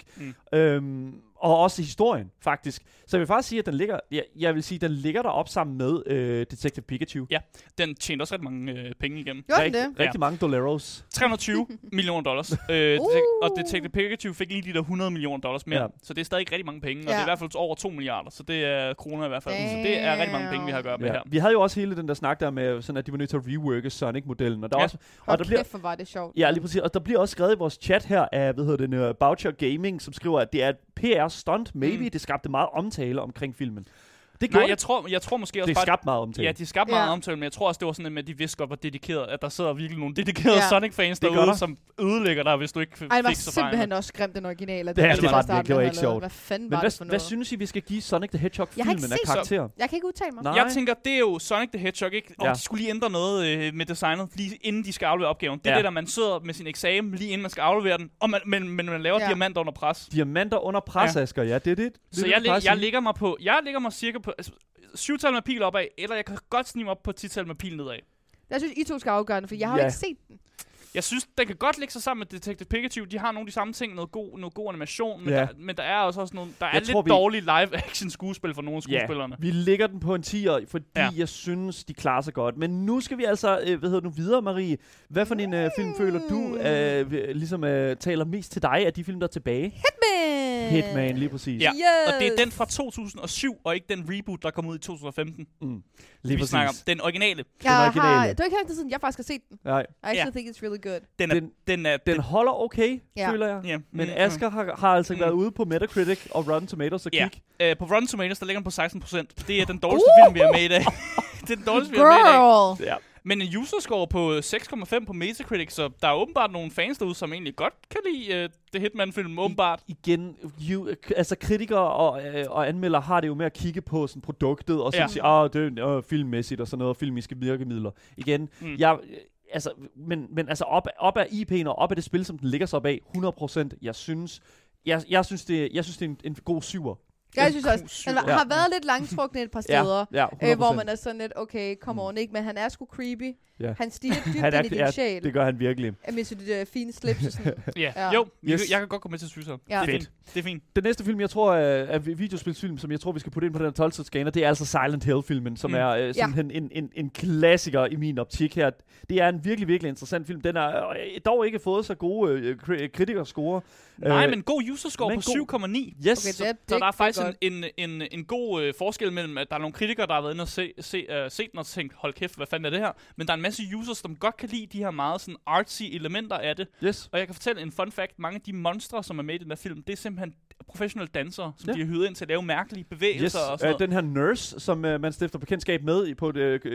Og også historien, faktisk. Så jeg vil faktisk sige, at den ligger, jeg vil sige, den ligger deroppe sammen med Detective Pikachu. Ja, den tjente også ret mange penge igennem. Rigtig mange dollaros. $320 million. Og Detective Pikachu fik lige de der $100 million mere. Ja. Så det er stadig rigtig mange penge, og det er i hvert fald over 2 milliarder. Så det er kroner i hvert fald. Så det er rigtig mange penge, vi har at gøre med her. Vi havde jo også hele den der snak der med, sådan at de var nødt til at reworke Sonic-modellen. Og der også, og der bliver, var det sjovt. Ja, lige præcis. Og der bliver også skrevet i vores chat her af, Boucher Gaming, som skriver, at det er et PR-stunt, maybe. Det skabte meget omtale omkring filmen. Jeg tror måske også det skabte meget omtale. Ja, de skabte meget omtale, men jeg tror også, det var sådan, med, at de vidste godt, hvor dedikeret, at der sidder virkelig nogle dedikerede Sonic-fans derude, som ødelægger dig, hvis du ikke fik så fejl. Det var simpelthen også skræmt, den originale. Det var ikke sjovt. Hvad fanden var det for noget? Hvad synes I, vi skal give Sonic the Hedgehog-filmen af karakter? Jeg kan ikke udtale mig. Jeg tænker, det er jo Sonic the Hedgehog, ikke? Og de skulle lige ændre noget med designet, lige inden de skal aflevere opgaven. Det er det, der man sidder med sin eksamen, lige inden man skal aflevere den, og men man laver diamanter under pres. Diamanter under pres, Asger, ja, det er det. Så jeg ligger mig cirka på 7-tal med pil opad, eller jeg kan godt snige op på 10-tal med pil nedad. Jeg synes, I to skal afgøre den, for jeg har jo ikke set den. Jeg synes, den kan godt lægge sig sammen med Detective Pikachu. De har nogle af de samme ting, noget god animation, men der er også nogle, der er lidt dårlig live-action skuespil for nogle af skuespillerne. Vi lægger den på en 10'er, fordi jeg synes, de klarer sig godt. Men nu skal vi altså, videre, Marie. Hvad for en film føler du, ligesom taler mest til dig af de film, der er tilbage? Hitman, lige præcis. Ja, og det er den fra 2007, og ikke den reboot, der kom ud i 2015. Lige præcis. Snakker om den originale. Det er ikke lang tid siden, jeg faktisk har set den. Nej. I actually think it's really good. Den holder okay, føler jeg. Yeah. Men Asger har altså været ude på Metacritic og Rotten Tomatoes og kig. På Rotten Tomatoes, der ligger den på 16%. Det er den dårligste film, vi har med i dag. det er den dårligste, vi har med i dag. Ja. Men en user score på 6,5 på Metacritic, så der er åbenbart nogle fans derude, som egentlig godt kan lide The Hitman-film, åbenbart. Igen, altså kritikere og anmeldere har det jo med at kigge på sådan produktet, og så sige, det er filmmæssigt og sådan noget, filmiske virkemidler. Igen, altså, men altså op af IP'en og op af det spil, som den ligger sig op af, 100%, jeg synes, det er en god syver. Jeg synes også, han har været lidt langtrukken et par steder, hvor man er sådan lidt, okay, come on, ikke? Men han er sgu creepy. Ja. Han stiger dybt ind i din sjæl. Det gør han virkelig. Med sit fine slips og sådan. Jo, jeg kan godt komme med til at synes ham. Ja. Det er fint. Den næste film, jeg tror er videospilsfilm, som jeg tror, vi skal putte ind på den 12-scanner, det er altså Silent Hill-filmen, som er simpelthen en klassiker i min optik her. Det er en virkelig, virkelig interessant film. Den har dog ikke fået så gode kritikerscore. Nej, men god user score på 7,9. Yes. Okay, så der er faktisk en god forskel mellem, at der er nogle kritikere, der har været inde og set den og tænkt, hold kæft, hvad fanden er det her? Men der er en masse users, som godt kan lide de her meget sådan artsy elementer af det. Yes. Og jeg kan fortælle en fun fact. Mange af de monstre, som er med i den her film, det er simpelthen professionelle dansere, som de har hyret ind til at lave mærkelige bevægelser og sådan den her nurse, som man stifter bekendtskab med på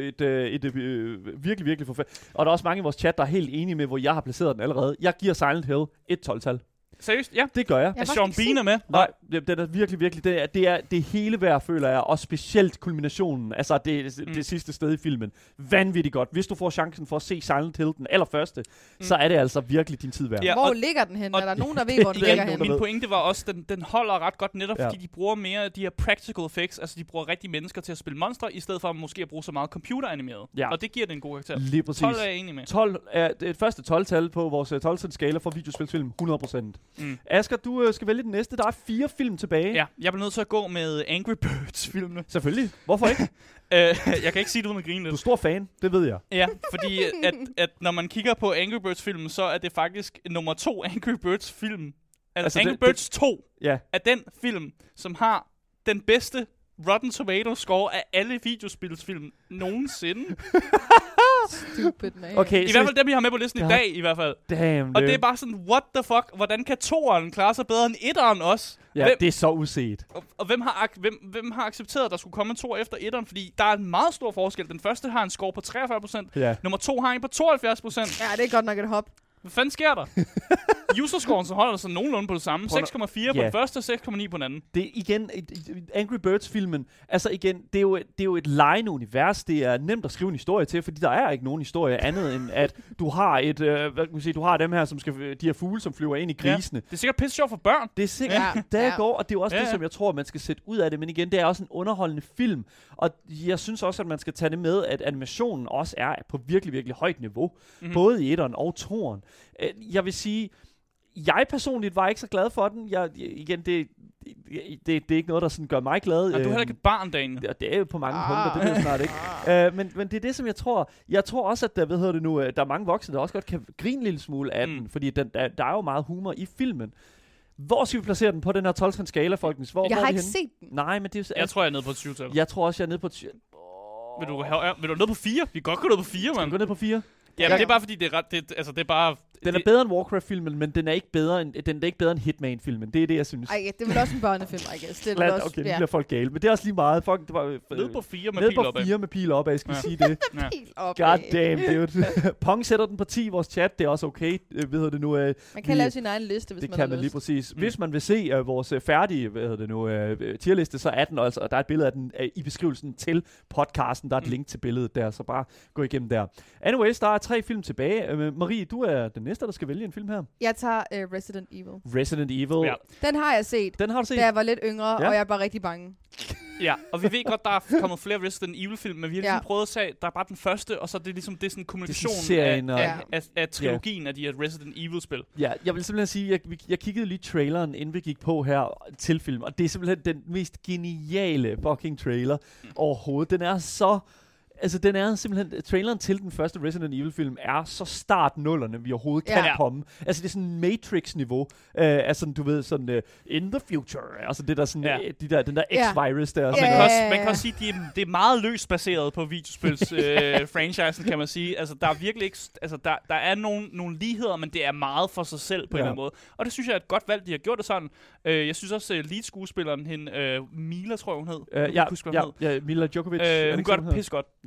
et virkelig, virkelig forfærdeligt. Og der er også mange i vores chat, der er helt enige med, hvor jeg har placeret den allerede. Jeg giver Silent Hill et 12-tal. Seriøst? Ja. Det gør jeg. Er Sean Bean er med? Nej, den er virkelig, det er hele værd, føler jeg, og specielt kulminationen, altså det sidste sted i filmen. Vanvittigt godt. Hvis du får chancen for at se Silent Hill den allerførste, så er det altså virkelig din tid værd. Ja, hvor ligger den hen? Er der nogen, der ved, hvor den ligger hen? Min pointe var også, den holder ret godt netop, fordi de bruger mere de her practical effects, altså de bruger rigtige mennesker til at spille monstre, i stedet for måske at bruge så meget computeranimeret. Ja. Og det giver det en god karakter. Lige præcis. 12 er jeg enig med. 12 er det første 12-tal på vores 12-skala for videospilsfilm, 100%. Asger, du skal vælge den næste. Der er 4 film tilbage. Ja, jeg bliver nødt til at gå med Angry Birds-filmene. Selvfølgelig. Hvorfor ikke? Jeg kan ikke sige det uden at grine lidt. Du er stor fan, det ved jeg. Ja, fordi at når man kigger på Angry Birds-filmen, så er det faktisk nummer 2 Angry Birds-film. Altså Angry Birds 2 er den film, som har den bedste Rotten Tomatoes score af alle videospilsfilm nogensinde. Stupid man. Okay, i hvert fald dem, vi har med på listen i dag, i hvert fald. Damn, og det er bare sådan, what the fuck? Hvordan kan 2'eren klare sig bedre end 1'eren også? Ja, det er så uset. Og hvem har accepteret, at der skulle komme en 2 efter 1'eren? Fordi der er en meget stor forskel. Den første har en score på 43%. Nummer 2 har en på 72%. Ja, det er godt nok et hop. Hvad fanden sker der? User-scoren så holder sig nogenlunde på det samme. 6,4 på den første og 6,9 på den anden. Det er igen Angry Birds-filmen. Altså igen, det er jo et legende univers. Det er nemt at skrive en historie til, fordi der er ikke nogen historie andet end at du har du har dem her, som skal de her fugle, som flyver ind i grisene. Det er sikkert pisse sjovt for børn. Det er sikkert går, og det er jo også det, som jeg tror, man skal sætte ud af det. Men igen, det er også en underholdende film, og jeg synes også, at man skal tage det med, at animationen også er på virkelig, virkelig højt niveau. Både i 1'eren og 2'eren. Jeg vil sige, jeg personligt var ikke så glad for den. Det er ikke noget, der sådan gør mig glad. Du er heller ikke et barn, Daniel. Det er jo på mange punkter, det ved jeg snart ikke. Men det er det, som jeg tror. Jeg tror også, at der er mange voksne, der også godt kan grine en lille smule af den, fordi der er jo meget humor i filmen. Hvor skal vi placere den på den her 12-trins skala, folkens? Jeg har ikke set den. Nej, men det er jeg tror, jeg er nede på et 7-tal. Jeg tror også, jeg er nede på et Vil du ned på 4? Vi kan godt gå ned på 4, mand. Skal vi gå ned på 4? Ja, men det er bare fordi, det er bare... Den er bedre end Warcraft-filmen, men den er ikke bedre end Hitman-filmen. Det er det, jeg synes. Ej, det er vel også en børnefilm, I guess. Det er også, okay, nu bliver folk gale. Men det er også lige meget. Folk, det var, ned på 4 med pil opad. Ned på 4 med pil opad, skal vi sige det. God damn, dude. Pong sætter den på 10 i vores chat. Det er også okay. Man kan lave sin egen liste, hvis man har lyst. Det kan man lige præcis. Hvis man vil se vores færdige tierliste, så er den altså, og der er et billede af den i beskrivelsen til podcasten. Der er et link til billedet der, så bare gå igennem der. Anyways, der er 3 film tilbage. Marie, du er den næste, der skal vælge en film her. Jeg tager Resident Evil. Resident Evil. Ja. Den har jeg set. Den har du set? Da jeg var lidt yngre, og jeg var rigtig bange. Ja, og vi ved godt, der er kommet flere Resident Evil-film, men vi har ligesom prøvet at sige, der er bare den første, og så er det ligesom det er sådan en kommunikation af trilogien af de her Resident Evil-spil. Ja, jeg vil simpelthen sige, jeg kiggede lige traileren, inden vi gik på her til film, og det er simpelthen den mest geniale fucking trailer overhovedet. Den er så... Altså, den er simpelthen... Traileren til den første Resident Evil-film er så start-nullerne, vi overhovedet kan komme. Altså, det er sådan Matrix-niveau. Altså, du ved, sådan... in the future. Altså, det der sådan... Den der X-virus der. Og man kan også sige, det er meget løst baseret på videospils-franchisen, kan man sige. Altså, der er virkelig ikke... Altså, der er nogle ligheder, men det er meget for sig selv på en eller anden måde. Og det synes jeg er et godt valg, de har gjort det sådan. Jeg synes også, lead-skuespilleren, hende... Mila, tror jeg, hun hed. Mila Djokovic. Hun gør det pis godt.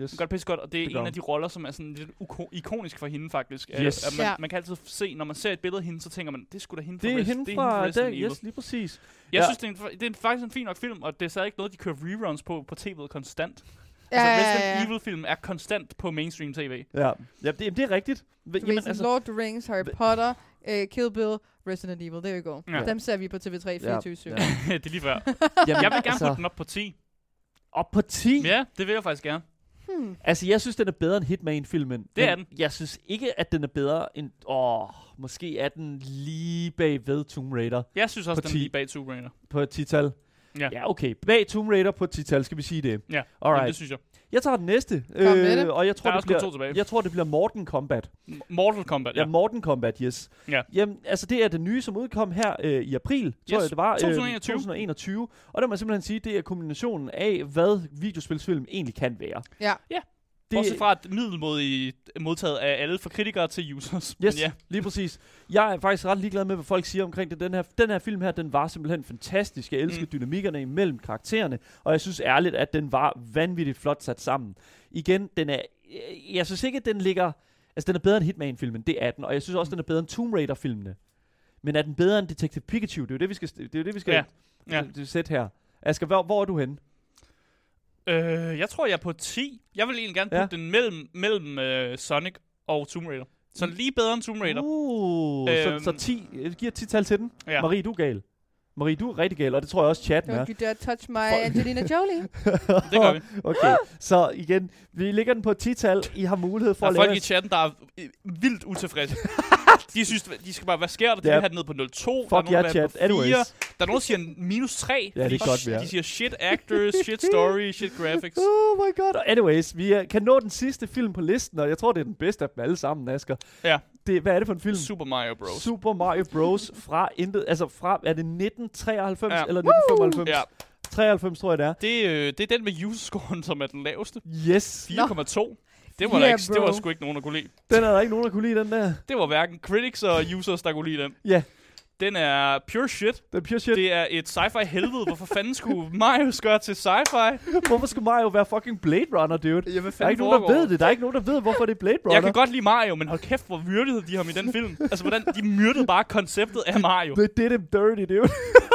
Yes. Hun gør det pisse godt, og det er en af de roller, som er sådan lidt ikonisk for hende, faktisk. Yes. Man kan altid se, når man ser et billede af hende, så tænker man, det er sgu da hende fra Det er hende fra Resident Evil. Yes, lige præcis. Jeg synes, det er faktisk en fin nok film, og det er stadig ikke noget, de kører reruns på tv'et konstant. Ja, Resident Evil-film er konstant på mainstream tv. Ja, det er rigtigt. Lord of the Rings, Harry Potter, Kill Bill, Resident Evil, there you go. Ja. Dem ser vi på TV3 24/7. Det er lige før. Jeg vil gerne putte den op på 10. Op på 10? Ja, det vil jeg faktisk gerne. Altså, jeg synes, den er bedre end Hitman-filmen. Det er den. Jeg synes ikke, at den er bedre end... måske er den lige bag ved Tomb Raider. Jeg synes også, den er lige bag Tomb Raider. På et 10-tal? Ja, okay. Bag Tomb Raider på et 10-tal, skal vi sige det? Ja, det synes jeg. Jeg tager den næste. Og jeg tror, det bliver Mortal Kombat. Mortal Kombat, ja. Ja, Mortal Kombat, yes. Ja. Jamen, altså det er det nye, som udkom her i april, tror jeg det var. 2021. Og der må man simpelthen sige, det er kombinationen af, hvad videospilsfilm egentlig kan være. Ja. Bortset fra et middelmådigt modtaget af alle, fra kritikere til users. Yes, lige præcis. Jeg er faktisk ret ligeglad med, hvad folk siger omkring det. Den her film her, den var simpelthen fantastisk. Jeg elsker dynamikkerne imellem karaktererne, og jeg synes ærligt, at den var vanvittigt flot sat sammen. Igen, jeg synes ikke, at den ligger... Altså, den er bedre end Hitman-filmen, det er den, og jeg synes også, den er bedre end Tomb Raider-filmene. Men er den bedre end Detective Pikachu? Det er jo det, vi skal sætte her. Asger, hvor er du henne? Jeg tror, jeg er på 10. Jeg vil egentlig gerne putte den mellem Sonic og Tomb Raider. Så lige bedre end Tomb Raider. Så 10. Jeg giver 10-tal til den. Ja. Marie, du er gal. Marie, du er rigtig gal, og det tror jeg også chatten er. Don't you dare touch my Angelina Jolie. Det gør vi. Okay, så igen, vi lægger den på et 10-tal. I har mulighed for at lave... Der er folk i chatten, der er vildt utilfredse. De synes, de skal bare, hvad sker der? De vil have den ned på 0,2. Fuck der er nogen, der vil have på 4. Der er nogen, der siger -3. Ja, det er godt, de siger shit actors, shit story, shit graphics. Oh my god. Anyways, vi kan nå den sidste film på listen, og jeg tror, det er den bedste af dem alle sammen, Asger. Ja. Hvad er det for en film? Super Mario Bros. Super Mario Bros. fra er det 1993 eller 1995? Ja. 93, tror jeg, det er. Det er den med user-scoren, som er den laveste. Yes. 4,2. Det var sgu ikke nogen, der kunne lide. Den er der ikke nogen, der kunne lide, den der. Det var hverken critics og users, der kunne lide den. Ja. Den er pure shit. Det er et sci-fi helvede. Hvorfor fanden skulle Mario gøre til sci-fi? Hvorfor skulle Mario være fucking Blade Runner, dude? Ja, der er ikke nogen, der ved det. Der er ikke nogen, der ved, hvorfor det er Blade Runner. Jeg kan godt lide Mario, men hold kæft, hvor myrdede de ham i den film. Altså, hvordan de myrdede bare konceptet af Mario. They did him dirty, dude.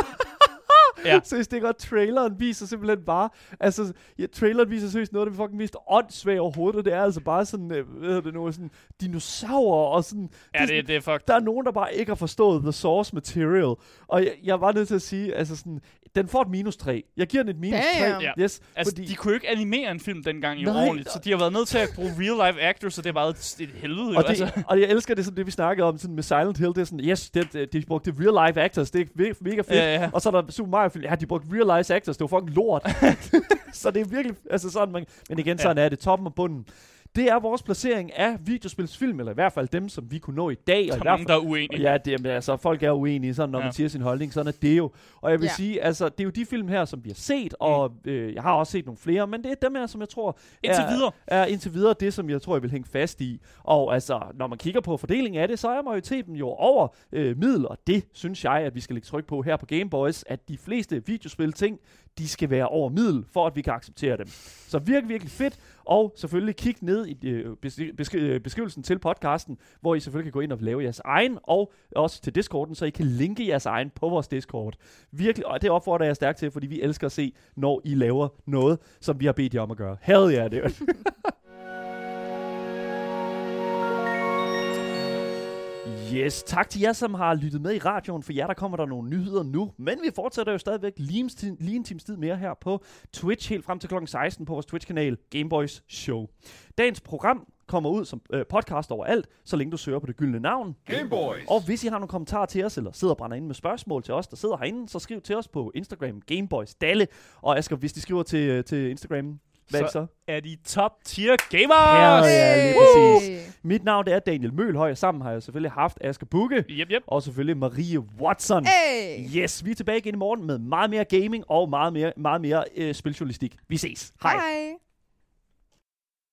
Ja. Så det er godt, traileren viser simpelthen bare, altså, traileren viser seriøst noget af det fucking mest åndssvagt overhovedet, og det er altså bare sådan, sådan dinosaurer og sådan. Ja, det er fucked. Der er nogen, der bare ikke har forstået the source material, og jeg var nødt til at sige, altså sådan, den får et -3. Jeg giver den et -3. Ja. Yes, altså, de kunne jo ikke animere en film dengang ordentligt, så de har været nødt til at bruge real-life actors, så det har været et helvede. Og jeg elsker det, som det vi snakkede om sådan med Silent Hill, det er sådan, yes, de brugte real-life actors, det er mega fedt. Ja. Og så er der Super Mario-film, de brugte real-life actors, det var fucking lort. Så det er virkelig, altså sådan, men igen, sådan er det, toppen og bunden. Det er vores placering af videospilsfilm, eller i hvert fald dem, som vi kunne nå i dag. Der er mange, der er uenige. Ja, altså folk er uenige, sådan, når man siger sin holdning, sådan er det jo. Og jeg vil sige, altså, det er jo de film her, som vi har set, og jeg har også set nogle flere, men det er dem her, som jeg tror er indtil videre det, som jeg tror, jeg vil hænge fast i. Og altså, når man kigger på fordelingen af det, så er majoriteten jo over middel, og det synes jeg, at vi skal lægge tryk på her på Game Boys, at de fleste videospil ting, de skal være over middel, for at vi kan acceptere dem. Så virkelig fedt, og selvfølgelig kig ned i beskrivelsen til podcasten, hvor I selvfølgelig kan gå ind og lave jeres egen, og også til Discorden, så I kan linke jeres egen på vores Discord. Virkelig, og det opfordrer jeg stærkt til, fordi vi elsker at se, når I laver noget, som vi har bedt jer om at gøre. Hell yeah, det Yes, tak til jer, som har lyttet med i radioen. For jer, der kommer der nogle nyheder nu. Men vi fortsætter jo stadigvæk lige en times tid mere her på Twitch, helt frem til kl. 16 på vores Twitch-kanal Gameboys Show. Dagens program kommer ud som podcast overalt, så længe du søger på det gyldne navn. Gameboys! Og hvis I har nogle kommentarer til os, eller sidder og brænder ind med spørgsmål til os, der sidder herinde, så skriv til os på Instagram, Gameboys Dalle. Og Asger, hvis de skriver til Instagram, hvad så er de top tier gamers! Ja, lige præcis. Mit navn det er Daniel Mølhøj, og sammen har jeg selvfølgelig haft Asger Bugge, og selvfølgelig Marie Watson. Yes, vi er tilbage igen i morgen med meget mere gaming og meget mere spiljournalistik. Vi ses. Hej.